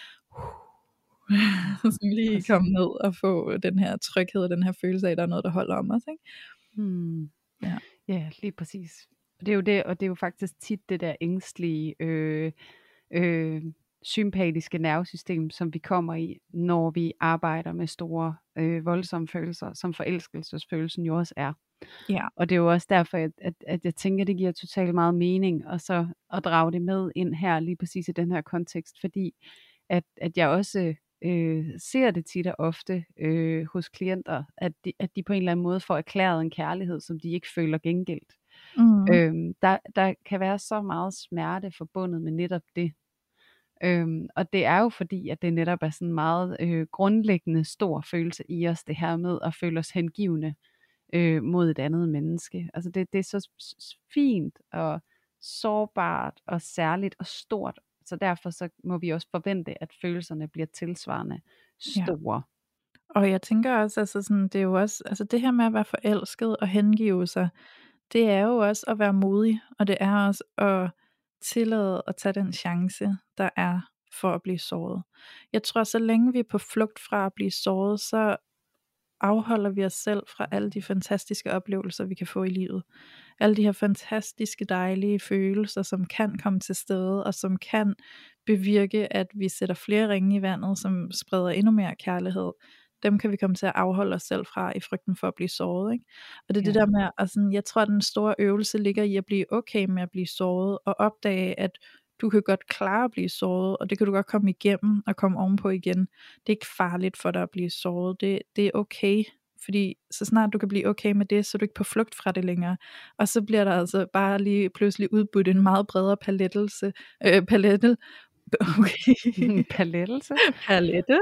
sådan lige komme ned og få den her tryghed og den her følelse af, at der er noget, der holder om os, ikke? Hmm. Ja. Ja, lige præcis. Og det er jo det, og det er jo faktisk tit det der ængstlige, øh, øh, sympatiske nervesystem, som vi kommer i, når vi arbejder med store, øh, voldsomme følelser, som forelskelsesfølelsen jo også er. Ja. Og det er jo også derfor, at, at, at jeg tænker, det giver totalt meget mening, og så at drage det med ind her, lige præcis i den her kontekst, fordi at, at jeg også øh, ser det tit og ofte øh, hos klienter, at de, at de på en eller anden måde får erklæret en kærlighed, som de ikke føler gengældt. Mm. Øhm, der, der kan være så meget smerte forbundet med netop det. Øhm, og det er jo fordi, at det netop er sådan en meget øh, grundlæggende stor følelse i os, det her med at føle os hengivne øh, mod et andet menneske. Altså det, det er så s- fint og sårbart og særligt og stort, så derfor så må vi også forvente, at følelserne bliver tilsvarende store. Ja. Og jeg tænker også, altså sådan, det er jo også, altså det her med at være forelsket og hengive sig, det er jo også at være modig, og det er også at tillade at tage den chance, der er for at blive såret. Jeg tror, så længe vi er på flugt fra at blive såret, så afholder vi os selv fra alle de fantastiske oplevelser, vi kan få i livet. Alle de her fantastiske, dejlige følelser, som kan komme til stede, og som kan bevirke, at vi sætter flere ringe i vandet, som spreder endnu mere kærlighed. Dem kan vi komme til at afholde os selv fra i frygten for at blive såret, ikke? Og det er ja. det der med, at sådan, jeg tror, at den store øvelse ligger i at blive okay med at blive såret, og opdage, at du kan godt klare at blive såret, og det kan du godt komme igennem og komme ovenpå igen. Det er ikke farligt for dig at blive såret. Det, det er okay, fordi så snart du kan blive okay med det, så er du ikke på flugt fra det længere. Og så bliver der altså bare lige pludselig udbudt en meget bredere palettelse, øh, palette, Okay. Palettelse. Palette.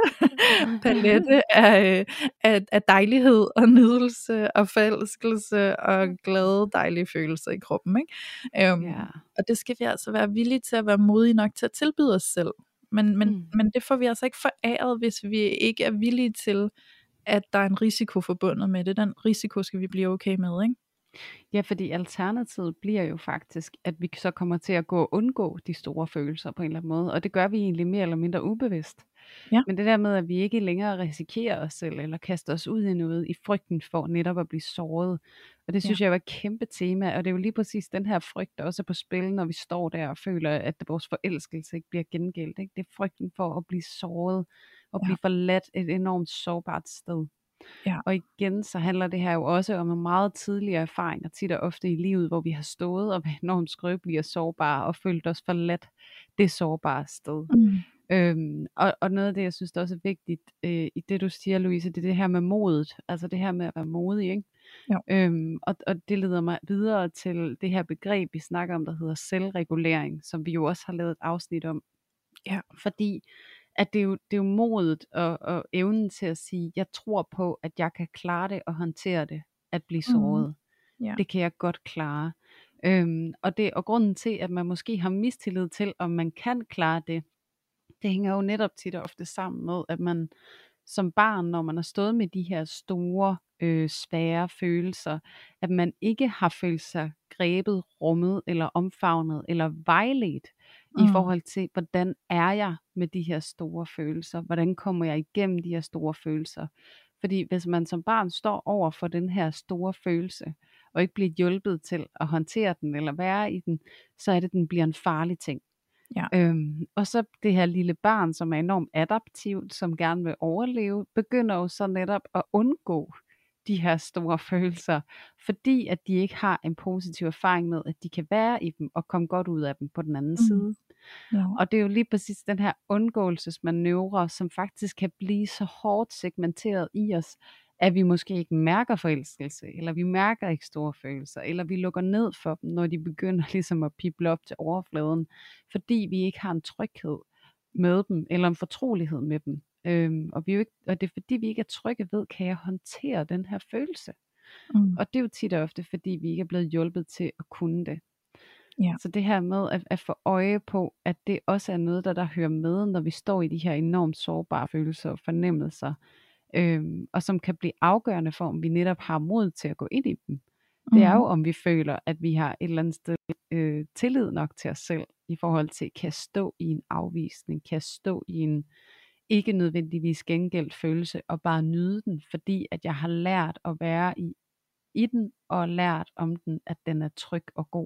Palette af, øh, af, af dejlighed og nydelse og forelskelse og glade, dejlige følelser i kroppen, ikke? Øhm, Ja. og det skal vi altså være villige til at være modige nok til at tilbyde os selv. Men, men, Mm. men det får vi altså ikke foræret, hvis vi ikke er villige til, at der er en risiko forbundet med det. Den risiko skal vi blive okay med, ikke? Ja, fordi alternativet bliver jo faktisk, at vi så kommer til at gå og undgå de store følelser på en eller anden måde, og det gør vi egentlig mere eller mindre ubevidst. Ja. Men det der med, at vi ikke længere risikerer os selv, eller kaster os ud i noget i frygten for netop at blive såret, og det synes ja. jeg var et kæmpe tema, og det er jo lige præcis den her frygt, der også er på spil, når vi står der og føler, at vores forelskelse ikke bliver gengældt. Ikke? Det er frygten for at blive såret, og Ja. blive forladt et enormt sårbart sted. Ja. Og igen, så handler det her jo også om en meget tidligere erfaringer, tit og ofte i livet, hvor vi har stået og været enormt skrøbelige og sårbare, og følt os forladt det sårbare sted. Mm. Øhm, og, og noget af det, jeg synes, der også er vigtigt øh, i det, du siger, Louise, det er det her med modet, altså det her med at være modig, ikke? Jo. Øhm, og, og det leder mig videre til det her begreb, vi snakker om, der hedder selvregulering, som vi jo også har lavet et afsnit om. Ja. Fordi at det er jo, det er jo modet og, og evnen til at sige, jeg tror på, at jeg kan klare det og håndtere det, at blive såret. Mm. Ja. Det kan jeg godt klare. Øhm, og, det, og grunden til, at man måske har mistillid til, om man kan klare det, det hænger jo netop tit og ofte sammen med, at man som barn, når man har stået med de her store, øh, svære følelser, at man ikke har følt sig grebet, rummet eller omfavnet eller vejledt mm. i forhold til, hvordan er jeg med de her store følelser? Hvordan kommer jeg igennem de her store følelser? Fordi hvis man som barn står over for den her store følelse, og ikke bliver hjulpet til at håndtere den eller være i den, så er det, den bliver en farlig ting. Ja. Øhm, og så det her lille barn, som er enormt adaptivt, som gerne vil overleve, begynder jo så netop at undgå de her store følelser, fordi at de ikke har en positiv erfaring med, at de kan være i dem og komme godt ud af dem på den anden mm. side. Ja. Og det er jo lige præcis den her undgåelsesmanøvre, som faktisk kan blive så hårdt segmenteret i os, at vi måske ikke mærker forelskelse, eller vi mærker ikke store følelser, eller vi lukker ned for dem, når de begynder ligesom at pible op til overfladen, fordi vi ikke har en tryghed med dem, eller en fortrolighed med dem. Øhm, og, vi er jo ikke, og det er fordi, vi ikke er trygge ved, kan jeg håndtere den her følelse? Mm. Og det er jo tit og ofte, fordi vi ikke er blevet hjulpet til at kunne det. Ja. Så det her med at, at få øje på, at det også er noget, der, der hører med, når vi står i de her enormt sårbare følelser og fornemmelser, Øhm, og som kan blive afgørende for, om vi netop har mod til at gå ind i dem. Mm. Det er jo, om vi føler, at vi har et eller andet sted øh, tillid nok til os selv, i forhold til, kan jeg stå i en afvisning, kan jeg stå i en ikke nødvendigvis gengældt følelse, og bare nyde den, fordi at jeg har lært at være i, i den, og lært om den, at den er tryg og god.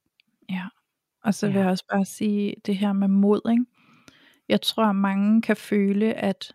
Ja, og så vil ja. jeg også bare sige, det her med mod, ikke? Jeg tror, mange kan føle, at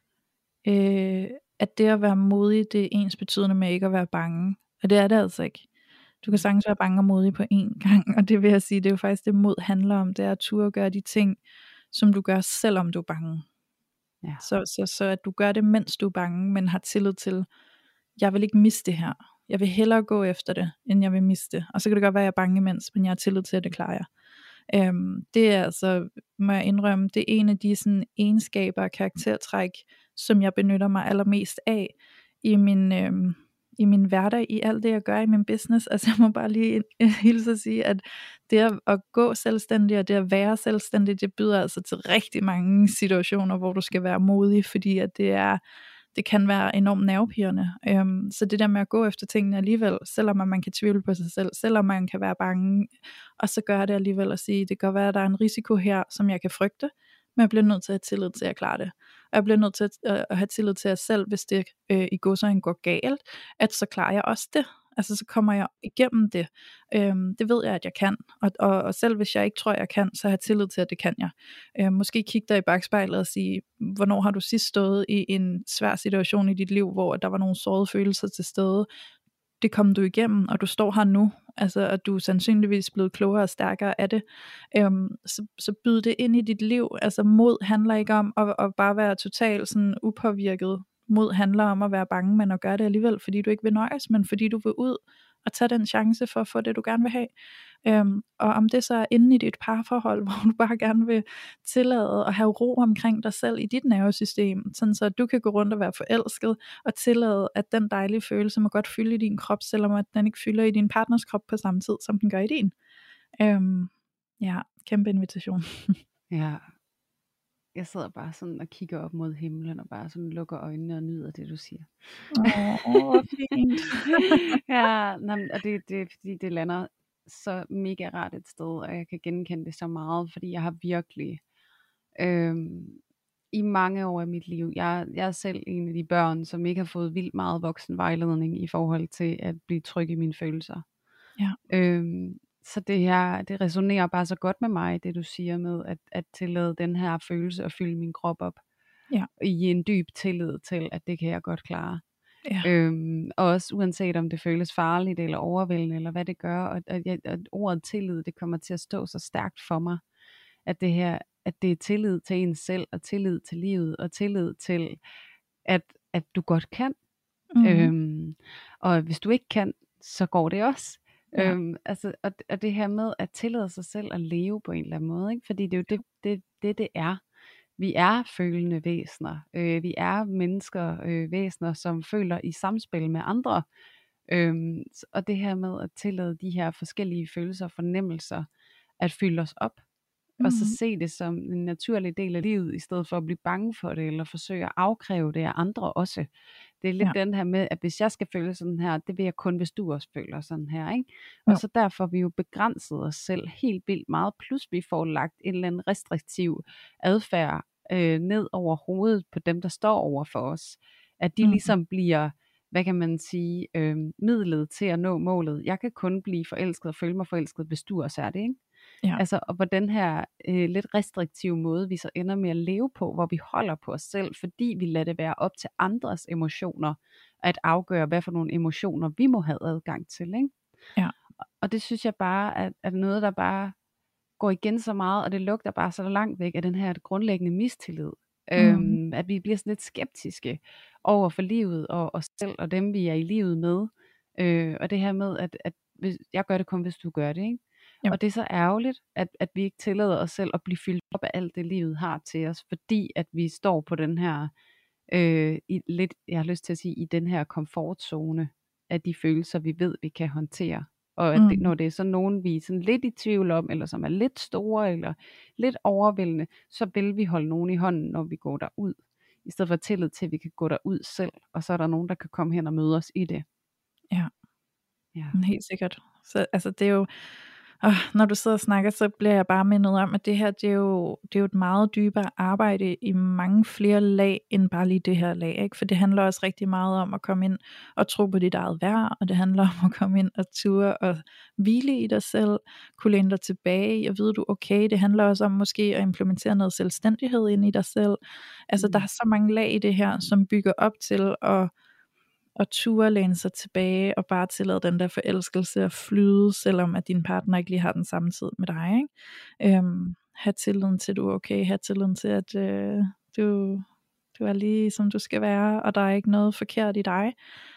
øh, at det at være modig, det er ens betydende med ikke at være bange. Og det er det altså ikke. Du kan sagtens være bange og modig på én gang, og det vil jeg sige, det er jo faktisk det mod handler om, det er at turde gøre de ting, som du gør, selvom du er bange. Ja. Så, så, så at du gør det, mens du er bange, men har tillid til, jeg vil ikke miste det her. Jeg vil hellere gå efter det, end jeg vil miste det. Og så kan det godt være, at jeg er bange imens, men jeg har tillid til, at det klarer jeg. Øhm, det er altså, må jeg indrømme, det er en af de sådan, egenskaber og karaktertræk, som jeg benytter mig allermest af i min, øhm, i min hverdag, i alt det jeg gør i min business. Altså jeg må bare lige hilse at sige, at det at, at gå selvstændig og det at være selvstændig, det byder altså til rigtig mange situationer, hvor du skal være modig, fordi at det er det kan være enormt nervepirrende. Øhm, så det der med at gå efter tingene alligevel, selvom man kan tvivle på sig selv, selvom man kan være bange, og så gør det alligevel at sige, det kan være, at der er en risiko her, som jeg kan frygte, men jeg bliver nødt til at have tillid til, at jeg klarer det. Og jeg bliver nødt til at, øh, at have tillid til, at selv hvis det øh, i godsøjne går galt, at så klarer jeg også det. Altså så kommer jeg igennem det. Øhm, det ved jeg, at jeg kan. Og, og, og selv hvis jeg ikke tror, jeg kan, så har jeg tillid til, at det kan jeg. Øhm, måske kigge dig i bagspejlet og sige, hvornår har du sidst stået i en svær situation i dit liv, hvor der var nogle sårede følelser til stede. Det kom du igennem, og du står her nu. Altså, og du er sandsynligvis blevet klogere og stærkere af det. Øhm, så, så byd det ind i dit liv. Altså mod handler ikke om at, at bare være totalt sådan upåvirket. Mod handler om at være bange, men at gøre det alligevel, fordi du ikke vil nøjes, men fordi du vil ud og tage den chance for at få det, du gerne vil have. Øhm, og om det så er inde i dit parforhold, hvor du bare gerne vil tillade at have ro omkring dig selv i dit nervesystem, sådan så du kan gå rundt og være forelsket, og tillade, at den dejlige følelse må godt fylde i din krop, selvom at den ikke fylder i din partners krop på samme tid, som den gør i din. Øhm, ja, kæmpe invitation. Ja, jeg sidder bare sådan og kigger op mod himlen, og bare sådan lukker øjnene og nyder det, du siger. Åh, hvor fint. Ja, nej, og det, det er fordi, det lander så mega rart et sted, og jeg kan genkende det så meget, fordi jeg har virkelig øhm, i mange år i mit liv, jeg, jeg er selv en af de børn, som ikke har fået vildt meget voksenvejledning i forhold til at blive tryg i mine følelser. Ja. Øhm, så det her, det resonerer bare så godt med mig, det du siger med, at, at tillade den her følelse at fylde min krop op. Ja. I en dyb tillid til, at det kan jeg godt klare. Ja. Øhm, og også uanset om det føles farligt eller overvældende, eller hvad det gør, og at, jeg, at ordet tillid, det kommer til at stå så stærkt for mig, at det her, at det er tillid til en selv, og tillid til livet, og tillid til, at, at du godt kan. Mm. Øhm, og hvis du ikke kan, så går det også. Ja. Øhm, altså, og, og det her med at tillade sig selv at leve på en eller anden måde, ikke? Fordi det er jo det, det, det, det er. Vi er følende væsener. Øh, vi er mennesker, øh, væsener, som føler i samspil med andre. Øhm, og det her med at tillade de her forskellige følelser og fornemmelser, at fylde os op. Mm. Og så se det som en naturlig del af livet, i stedet for at blive bange for det, eller forsøge at afkræve det af andre også. Det er lidt ja. Den her med, at hvis jeg skal føle sådan her, det vil jeg kun, hvis du også føler sådan her, ikke? Ja. Og så derfor har vi jo begrænset os selv helt vildt meget, plus vi får lagt en eller anden restriktiv adfærd øh, ned over hovedet på dem, der står over for os. At de mm. ligesom bliver, hvad kan man sige, øh, midlet til at nå målet. Jeg kan kun blive forelsket og føle mig forelsket, hvis du også er det, ikke? Ja. Altså, og på den her øh, lidt restriktive måde, vi så ender med at leve på, hvor vi holder på os selv, fordi vi lader det være op til andres emotioner, at afgøre, hvad for nogle emotioner vi må have adgang til, ikke? Ja. Og det synes jeg bare, at, at noget, der bare går igen så meget, og det lugter bare så langt væk af den her grundlæggende mistillid. Mm. Øhm, at vi bliver sådan lidt skeptiske over for livet og os selv, og dem vi er i livet med. Øh, og det her med, at, at hvis, jeg gør det kun, hvis du gør det, ikke? Ja. Og det er så ærgerligt, at, at vi ikke tillader os selv at blive fyldt op af alt det, livet har til os, fordi at vi står på den her, øh, i lidt, jeg har lyst til at sige, i den her komfortzone af de følelser, vi ved, vi kan håndtere. Og at det, når det er sådan nogen, vi er sådan lidt i tvivl om, eller som er lidt store, eller lidt overvældende, så vil vi holde nogen i hånden, når vi går derud. I stedet for tillid til, at vi kan gå derud selv, og så er der nogen, der kan komme hen og møde os i det. Ja, ja. Helt sikkert. Så altså det er jo, og når du sidder og snakker, så bliver jeg bare mindet om, at det her, det er jo, det er jo et meget dybere arbejde i mange flere lag, end bare lige det her lag, ikke? For det handler også rigtig meget om at komme ind og tro på dit eget værd, og det handler om at komme ind og ture og hvile i dig selv, kunne læne dig tilbage, og vide du okay, det handler også om måske at implementere noget selvstændighed ind i dig selv. Altså mm. der er så mange lag i det her, som bygger op til at og ture læne sig tilbage og bare tillade den der forelskelse at flyde, selvom at din partner ikke lige har den samme tid med dig, ikke? Øhm, have tilliden til, at du er okay, have tilliden til, at øh, du, du er lige som du skal være, og der er ikke noget forkert i dig,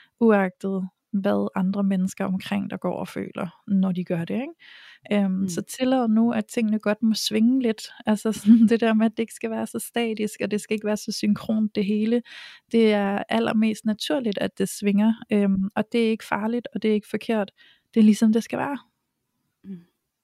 uagtet hvad andre mennesker omkring der går og føler, når de gør det, ikke? Øhm, mm. Så tillad nu, at tingene godt må svinge lidt, altså sådan det der med, at det ikke skal være så statisk, og det skal ikke være så synkront det hele, det er allermest naturligt, at det svinger, øhm, og det er ikke farligt, og det er ikke forkert, det er ligesom det skal være. Mm.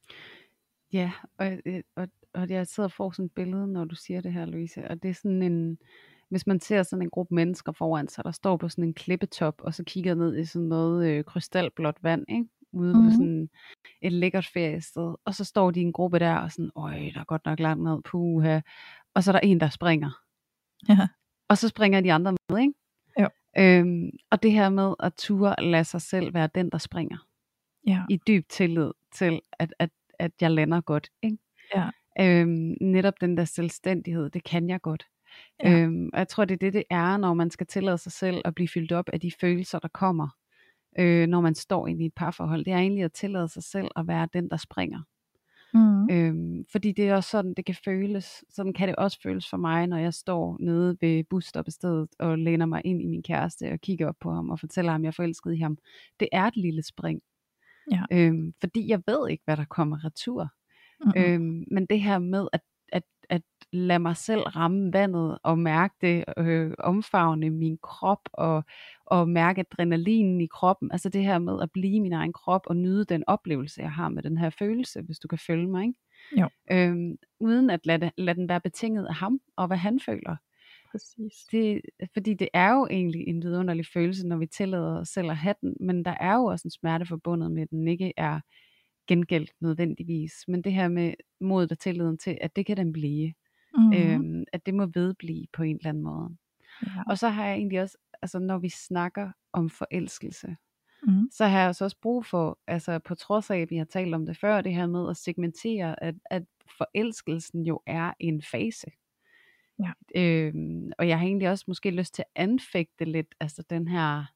Ja, og, og, og jeg sidder og får sådan et billede, når du siger det her, Louise, og det er sådan en, hvis man ser sådan en gruppe mennesker foran sig, der står på sådan en klippetop, og så kigger ned i sådan noget øh, krystalblåt vand, ikke? Ude mm-hmm. på sådan et lækkert feriested, og så står de i en gruppe der, og sådan, øj, der er godt nok langt ned, puha, og så er der en, der springer. Ja. Og så springer de andre med, ikke? Jo. Øhm, og det her med at ture lade sig selv være den, der springer. Ja. I dyb tillid til, at, at, at jeg lander godt, ikke? Ja. Øhm, netop den der selvstændighed, det kan jeg godt. Ja. Øhm, og jeg tror det er det det er, når man skal tillade sig selv at blive fyldt op af de følelser der kommer, øh, når man står inde i et parforhold. Det er egentlig at tillade sig selv at være den der springer. mm. øhm, Fordi det er også sådan det kan føles. Sådan kan det også føles for mig, når jeg står nede ved busstoppestedet og læner mig ind i min kæreste og kigger op på ham og fortæller ham jeg er forelsket i ham. Det er et lille spring. Ja. Øhm, fordi jeg ved ikke, hvad der kommer retur. Mm-hmm. Øhm, men det her med at, at, at lade mig selv ramme vandet og mærke det, øh, omfavne min krop og, og mærke adrenalinen i kroppen, altså det her med at blive i min egen krop og nyde den oplevelse, jeg har med den her følelse, hvis du kan følge mig, ikke? Jo. Øhm, uden at lade, lade den være betinget af ham og hvad han føler. Præcis. Det, fordi det er jo egentlig en vidunderlig følelse, når vi tillader os selv at have den, men der er jo også en smerte forbundet med, at den ikke er gengældt nødvendigvis. Men det her med modet og tilliden til, at det kan den blive. Mm-hmm. Øhm, at det må vedblive på en eller anden måde. Ja. Og så har jeg egentlig også, altså når vi snakker om forelskelse, Mm-hmm. så har jeg også, også brug for, altså på trods af, at vi har talt om det før, det her med at segmentere, at, at forelskelsen jo er en fase. Ja. Øhm, og jeg har egentlig også måske lyst til at anfægte lidt, altså den her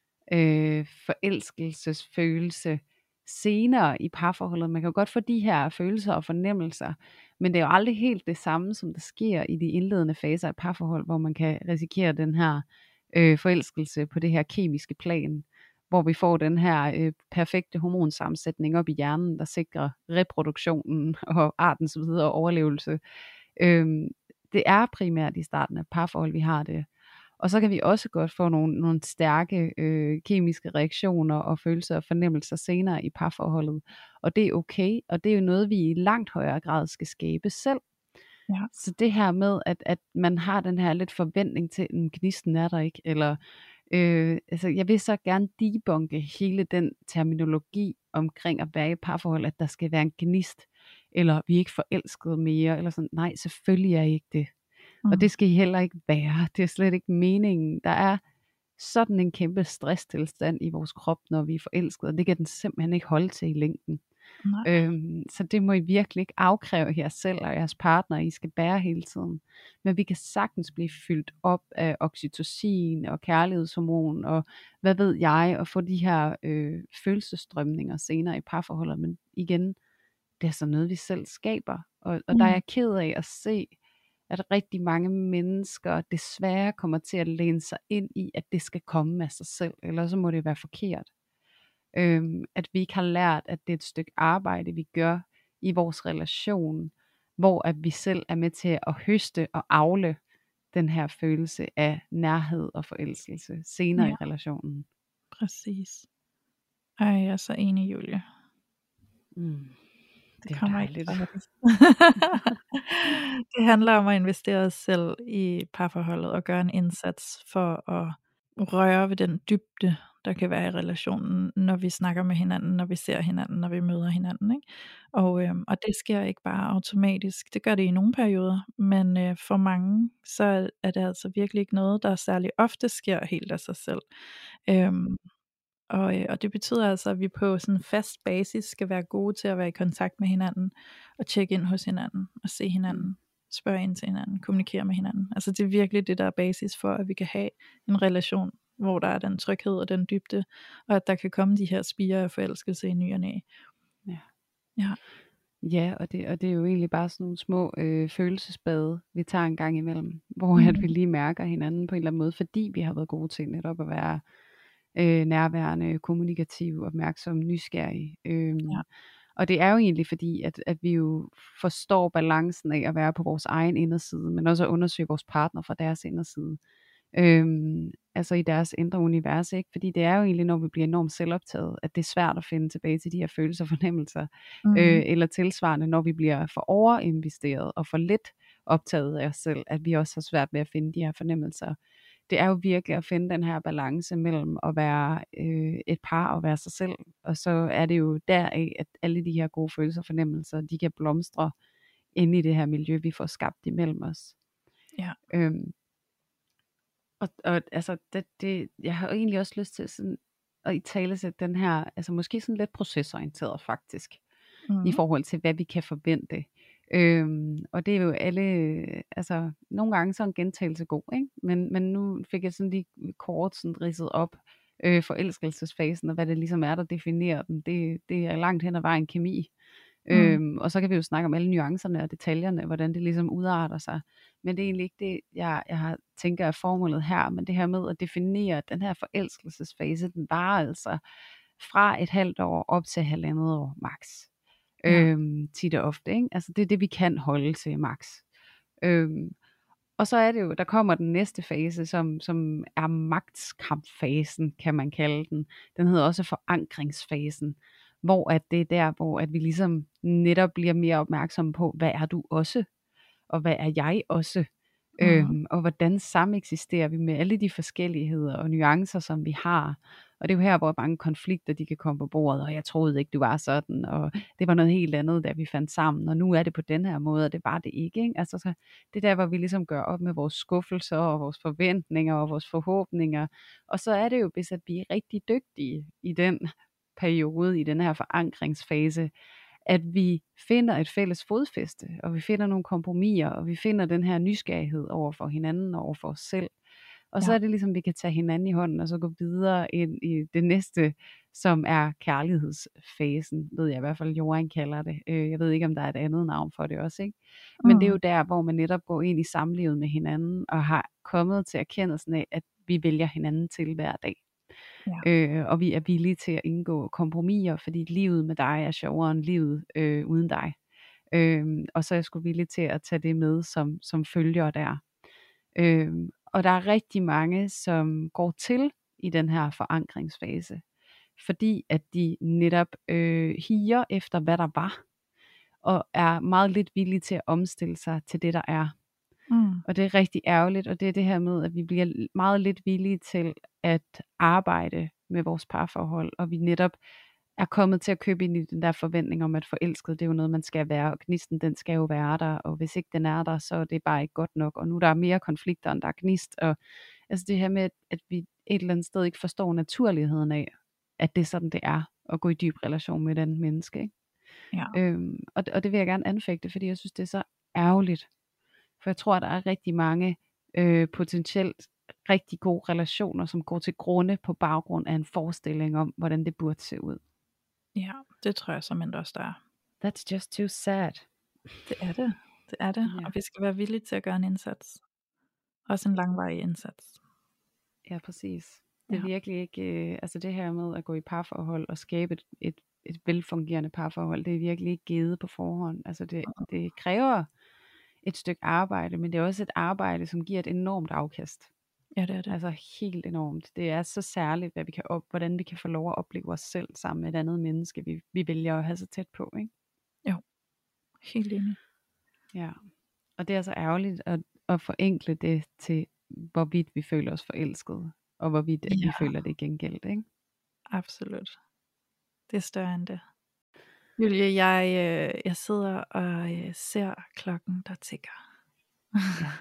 øh, forelskelsesfølelse senere i parforholdet. Man kan jo godt få de her følelser og fornemmelser, men det er jo aldrig helt det samme, som der sker i de indledende faser af parforhold, hvor man kan risikere den her øh, forelskelse på det her kemiske plan, hvor vi får den her øh, perfekte hormonsammensætning op i hjernen, der sikrer reproduktionen og artens videre overlevelse. Øhm, det er primært i starten af parforhold, vi har det. Og så kan vi også godt få nogle, nogle stærke øh, kemiske reaktioner og følelser og fornemmelser senere i parforholdet. Og det er okay, og det er jo noget, vi i langt højere grad skal skabe selv. Ja. Så det her med, at, at man har den her lidt forventning til, at gnisten er der ikke, eller øh, altså jeg vil så gerne debunke hele den terminologi omkring at være i parforhold, at der skal være en gnist, eller vi er ikke forelskede mere, eller sådan. Nej, selvfølgelig er I ikke det. Mm. Og det skal I heller ikke være. Det er slet ikke meningen. Der er sådan en kæmpe stresstilstand i vores krop, når vi er forelskede, og det kan den simpelthen ikke holde til i længden. Øhm, så det må I virkelig ikke afkræve jer selv og jeres partner, I skal bære hele tiden. Men vi kan sagtens blive fyldt op af oxytocin og kærlighedshormon og hvad ved jeg, og få de her øh, følelsesstrømninger senere i parforholdet. Men igen, det er så noget vi selv skaber, og, og der er jeg ked af at se, at rigtig mange mennesker desværre kommer til at læne sig ind i, at det skal komme af sig selv, eller så må det være forkert. Øhm, at vi ikke har lært, at det er et stykke arbejde, vi gør i vores relation, hvor at vi selv er med til at høste og avle den her følelse af nærhed og forelskelse senere ja. i relationen. Præcis. Ej, jeg er så enig, Julie. Mm. Det, det kommer ikke Det handler om at investere os selv i parforholdet og gøre en indsats for at røre ved den dybde, der kan være i relationen, når vi snakker med hinanden, når vi ser hinanden, når vi møder hinanden, ikke? Og, øhm, og det sker ikke bare automatisk. Det gør det i nogle perioder, men øh, for mange, så er det altså virkelig ikke noget, der særlig ofte sker helt af sig selv. Øhm, Og, øh, og det betyder altså, at vi på sådan en fast basis skal være gode til at være i kontakt med hinanden, og tjekke ind hos hinanden, og se hinanden, spørge ind til hinanden, kommunikere med hinanden. Altså det er virkelig det, der er basis for, at vi kan have en relation, hvor der er den tryghed og den dybde, og at der kan komme de her spirer af forelskelse i ny og næ. Ja. Ja. Ja, og det, og det er jo egentlig bare sådan nogle små øh, følelsesbade, vi tager en gang imellem, hvor mm. at vi lige mærker hinanden på en eller anden måde, fordi vi har været gode til netop at være øh, nærværende, kommunikativ, opmærksom, nysgerrig. Øhm, ja. Og det er jo egentlig fordi, at, at vi jo forstår balancen af at være på vores egen inderside, men også at undersøge vores partner fra deres inderside. Øhm, altså i deres indre univers, ikke? Fordi det er jo egentlig, når vi bliver enormt selvoptaget, at det er svært at finde tilbage til de her følelser og fornemmelser, mm. øh, eller tilsvarende, når vi bliver for overinvesteret og for lidt optaget af os selv, at vi også har svært ved at finde de her fornemmelser. Det er jo virkelig at finde den her balance mellem at være øh, et par og være sig selv, og så er det jo deraf, at alle de her gode følelser og fornemmelser, de kan blomstre inde i det her miljø, vi får skabt imellem os. Ja. Øhm, og, og altså, det, det, jeg har egentlig også lyst til sådan, at italesætte den her, altså måske sådan lidt procesorienteret faktisk, mm. i forhold til, hvad vi kan forvente. Øhm, og det er jo alle, altså nogle gange så er en gentagelse god, ikke? Men, men nu fik jeg sådan lige kort sådan ridset op øh, forelskelsesfasen, og hvad det ligesom er, der definerer den. Det, det er langt hen ad vejen kemi. Mm. Øhm, og så kan vi jo snakke om alle nuancerne og detaljerne, hvordan det ligesom udarter sig. Men det er egentlig ikke det, jeg, jeg har, tænker er formålet her, men det her med at definere, at den her forelskelsesfase, den varer altså fra et halvt år op til halvandet år max. Ja. Øhm, tit og ofte, ikke? Altså det er det, vi kan holde til max. Øhm, og så er det jo, der kommer den næste fase, som, som er magtskampfasen, kan man kalde den. Den hedder også forankringsfasen, hvor at det er der, hvor at vi ligesom netop bliver mere opmærksomme på, hvad er du også, og hvad er jeg også, Mhm. øhm, og hvordan sameksisterer vi med alle de forskelligheder og nuancer, som vi har. Og det er jo her, hvor mange konflikter, de kan komme på bordet, og jeg troede ikke, du var sådan, og det var noget helt andet, da vi fandt sammen, og nu er det på den her måde, og det var det ikke, ikke? Altså, så det er der, hvor vi ligesom gør op med vores skuffelser, og vores forventninger, og vores forhåbninger, og så er det jo, hvis at vi er rigtig dygtige i den periode, i den her forankringsfase, at vi finder et fælles fodfæste, og vi finder nogle kompromiser, og vi finder den her nysgerrighed over for hinanden og over for os selv. Og så Ja. er det ligesom, vi kan tage hinanden i hånden, og så gå videre ind i det næste, som er kærlighedsfasen, ved jeg i hvert fald, Johan kalder det. Øh, Jeg ved ikke, om der er et andet navn for det også, ikke? Men det er jo Mm. der, hvor man netop går ind i samlivet med hinanden, og har kommet til erkendelsen af, at vi vælger hinanden til hver dag. Ja. Øh, og vi er villige til at indgå kompromiser, fordi livet med dig er sjovere end livet øh, uden dig. Øh, og så er jeg sgu villig til at tage det med som, som følger der. Øh, og der er rigtig mange, som går til i den her forankringsfase, fordi at de netop øh, higer efter, hvad der var, og er meget lidt villige til at omstille sig til det, der er. Mm. Og det er rigtig ærgerligt, og det er det her med, at vi bliver meget lidt villige til at arbejde med vores parforhold, og vi netop er kommet til at købe ind i den der forventning om, at forelsket, det er jo noget, man skal være, og gnisten, den skal jo være der, og hvis ikke den er der, så er det bare ikke godt nok, og nu der er mere konflikter, end der er gnist, og altså det her med, at vi et eller andet sted ikke forstår naturligheden af, at det er sådan, det er, at gå i dyb relation med den menneske, ikke? Ja. Øhm, og, og det vil jeg gerne anfægte, fordi jeg synes, det er så ærgerligt. For jeg tror, at der er rigtig mange øh, potentielt rigtig gode relationer, som går til grunde på baggrund af en forestilling om, hvordan det burde se ud. Ja, det tror jeg simpelthen også, der er. That's just too sad. Det er det. Det er det. Ja. Og vi skal være villige til at gøre en indsats. Også en langvarig indsats. Ja, præcis. Det er Ja. virkelig ikke, øh, altså det her med at gå i parforhold og skabe et, et, et velfungerende parforhold, det er virkelig ikke givet på forhånd. Altså det, det kræver et stykke arbejde, men det er også et arbejde, som giver et enormt afkast. Ja, det er det. Altså helt enormt. Det er så særligt, hvad vi kan op, hvordan vi kan få lov at opleve os selv sammen med et andet menneske, vi, vi vælger at have så tæt på, ikke? Helt enig. Ja. Og det er så ærgerligt at, at forenkle det til, hvorvidt vi føler os forelskede, og hvorvidt at vi Ja. føler det gengældt, ikke? Absolut. Det er større end det. Julie, jeg, øh, jeg sidder og øh, ser klokken, der tikker. Ja.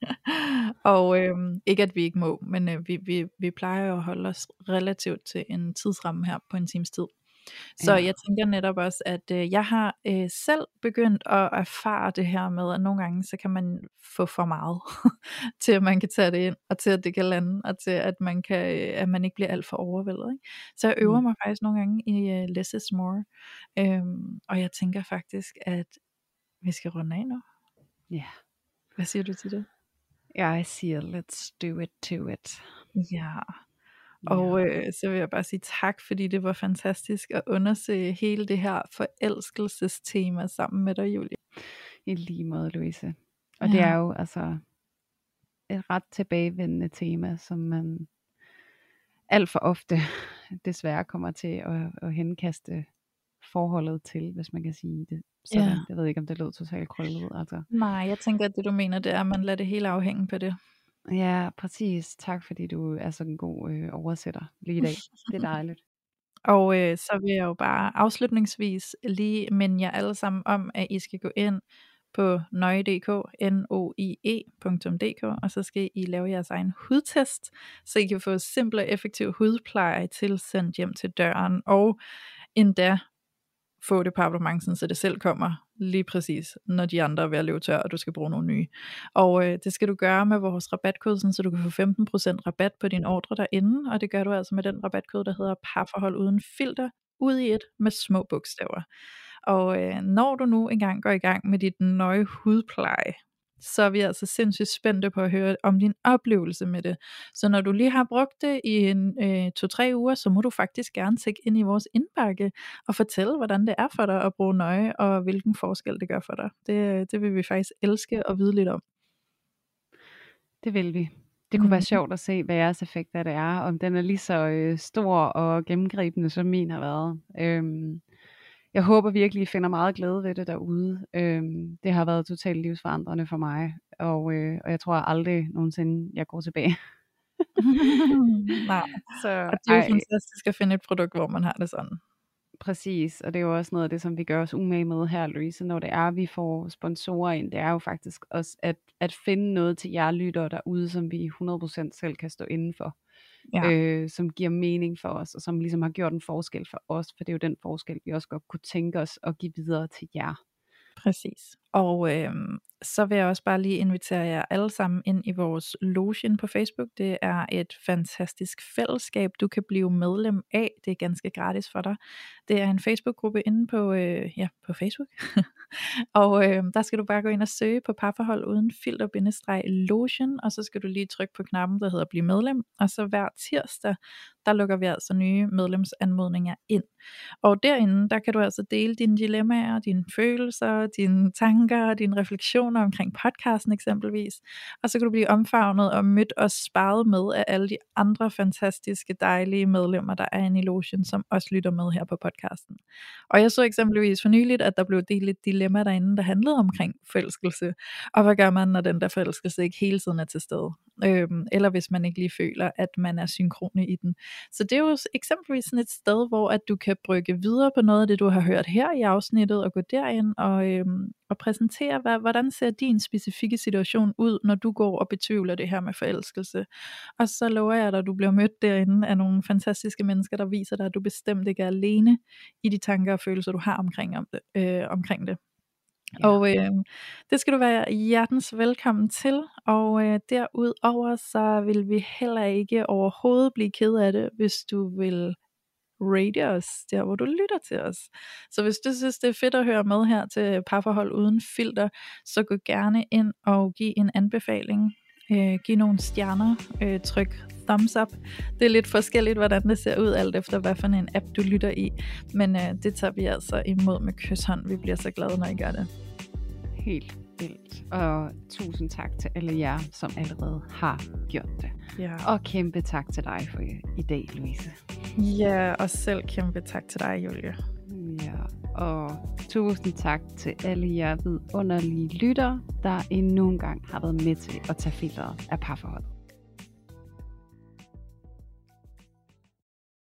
Og øhm, ikke at vi ikke må, men øh, vi, vi, vi plejer jo at holde os relativt til en tidsramme her på en times tid. Så Ja. jeg tænker netop også, at øh, jeg har øh, selv begyndt at erfare det her med, at nogle gange så kan man få for meget, til at man kan tage det ind, og til at det kan lande, og til at man, kan, øh, at man ikke bliver alt for overvældet, ikke? Så jeg øver Mm. mig faktisk nogle gange i øh, less is more, øhm, og jeg tænker faktisk, at vi skal runde af nu. Ja. Hvad siger du til det? Jeg siger, let's do it to it. Ja. Og øh, så vil jeg bare sige tak, fordi det var fantastisk at undersøge hele det her forelskelsestema sammen med dig, Julie. I lige måde, Louise. Og Ja. det er jo altså et ret tilbagevendende tema, som man alt for ofte desværre kommer til at, at henkaste forholdet til, hvis man kan sige det sådan. Ja. Jeg ved ikke, om det lød totalt krøllet. Altså. Nej, jeg tænker, at det du mener, det er, at man lader det hele afhænge på det. Ja, præcis. Tak, fordi du er sådan en god øh, oversætter lige i dag. Det er dejligt. Og øh, så vil jeg jo bare afslutningsvis lige minde jer alle sammen om, at I skal gå ind på nøje punktum d k, n o i e punktum d k, og så skal I lave jeres egen hudtest, så I kan få simple og effektiv hudpleje tilsendt hjem til døren, og endda få det på abonnementen, så det selv kommer lige præcis, når de andre er ved at løbe tør, og du skal bruge nogle nye. Og øh, det skal du gøre med vores rabatkode, så du kan få femten procent rabat på din ordre derinde, og det gør du altså med den rabatkode, der hedder parforhold uden filter, ude i et med små bogstaver. Og øh, når du nu engang går i gang med dit nøje hudpleje, så er vi altså sindssygt spændte på at høre om din oplevelse med det. Så når du lige har brugt det i en øh, to-tre uger, så må du faktisk gerne tjekke ind i vores indbakke og fortælle, hvordan det er for dig at bruge nøje, og hvilken forskel det gør for dig. Det, det vil vi faktisk elske at vide lidt om. Det vil vi. Det kunne Mm. være sjovt at se, hvad jeres effekt af det er, om den er lige så øh, stor og gennemgribende, som min har været. Øhm, jeg håber virkelig, I finder meget glæde ved det derude. Øhm, det har været totalt livsforandrende for mig, og, øh, og jeg tror aldrig nogensinde, jeg går tilbage. Nej, Så, og det er jo ej, fantastisk at finde et produkt, hvor man har det sådan. præcis, og det er jo også noget af det, som vi gør os umage med her, Louise, når det er, vi får sponsorer ind. Det er jo faktisk også at, at finde noget til jer lyttere derude, som vi hundrede procent selv kan stå inden for. Ja. Øh, som giver mening for os, og som ligesom har gjort en forskel for os, for det er jo den forskel, vi også godt kunne tænke os at give videre til jer. Præcis. Og øhm, så vil jeg også bare lige invitere jer alle sammen ind i vores Logen på Facebook. Det er et fantastisk fællesskab, du kan blive medlem af. Det er ganske gratis for dig. Det er en Facebook-gruppe inde på, øh, ja, på Facebook. Og øh, der skal du bare gå ind og søge på parforhold uden filter-logen, og så skal du lige trykke på knappen, der hedder bliv medlem. Og så hver tirsdag, der lukker vi altså nye medlemsanmodninger ind. Og derinde, der kan du altså dele dine dilemmaer, dine følelser, dine tanker, dine refleksioner omkring podcasten eksempelvis. Og så kan du blive omfavnet og mødt og sparet med af alle de andre fantastiske, dejlige medlemmer, der er inde i Logen, som også lytter med her på podcasten. Og jeg så eksempelvis for nyligt, at der blev delt et dilemma derinde, der handlede omkring forelskelse. Og hvad gør man, når den der forelskelse ikke hele tiden er til stede? Øhm, eller hvis man ikke lige føler, at man er synkrone i den. Så det er jo eksempelvis sådan et sted, hvor at du kan brygge videre på noget af det, du har hørt her i afsnittet, og gå derind og, øhm, og præsentere, hvad, hvordan ser din specifikke situation ud, når du går og betvivler det her med forelskelse. Og så lover jeg dig, at du bliver mødt derinde af nogle fantastiske mennesker, der viser dig, at du bestemt ikke er alene i de tanker og følelser, du har omkring, om det, øh, omkring det. Ja. Og øh, det skal du være hjertens velkommen til, og øh, derudover så vil vi heller ikke overhovedet blive ked af det, hvis du vil rate os der, hvor du lytter til os. Så hvis du synes, det er fedt at høre med her til Parforhold Uden Filter, så gå gerne ind og giv en anbefaling. Øh, giv nogle stjerner, øh, tryk thumbs up. Det er lidt forskelligt, hvordan det ser ud, alt efter hvad for en app du lytter i. Men øh, det tager vi altså imod med kyshånd. Vi bliver så glade, når I gør det. Helt vildt. Og tusind tak til alle jer, som allerede har gjort det. Ja. Og kæmpe tak til dig for i dag, Louise. Ja, og selv kæmpe tak til dig, Julie. Ja, og tusind tak til alle jer vidunderlige lyttere, der endnu en gang har været med til at tage filteret af parforhold.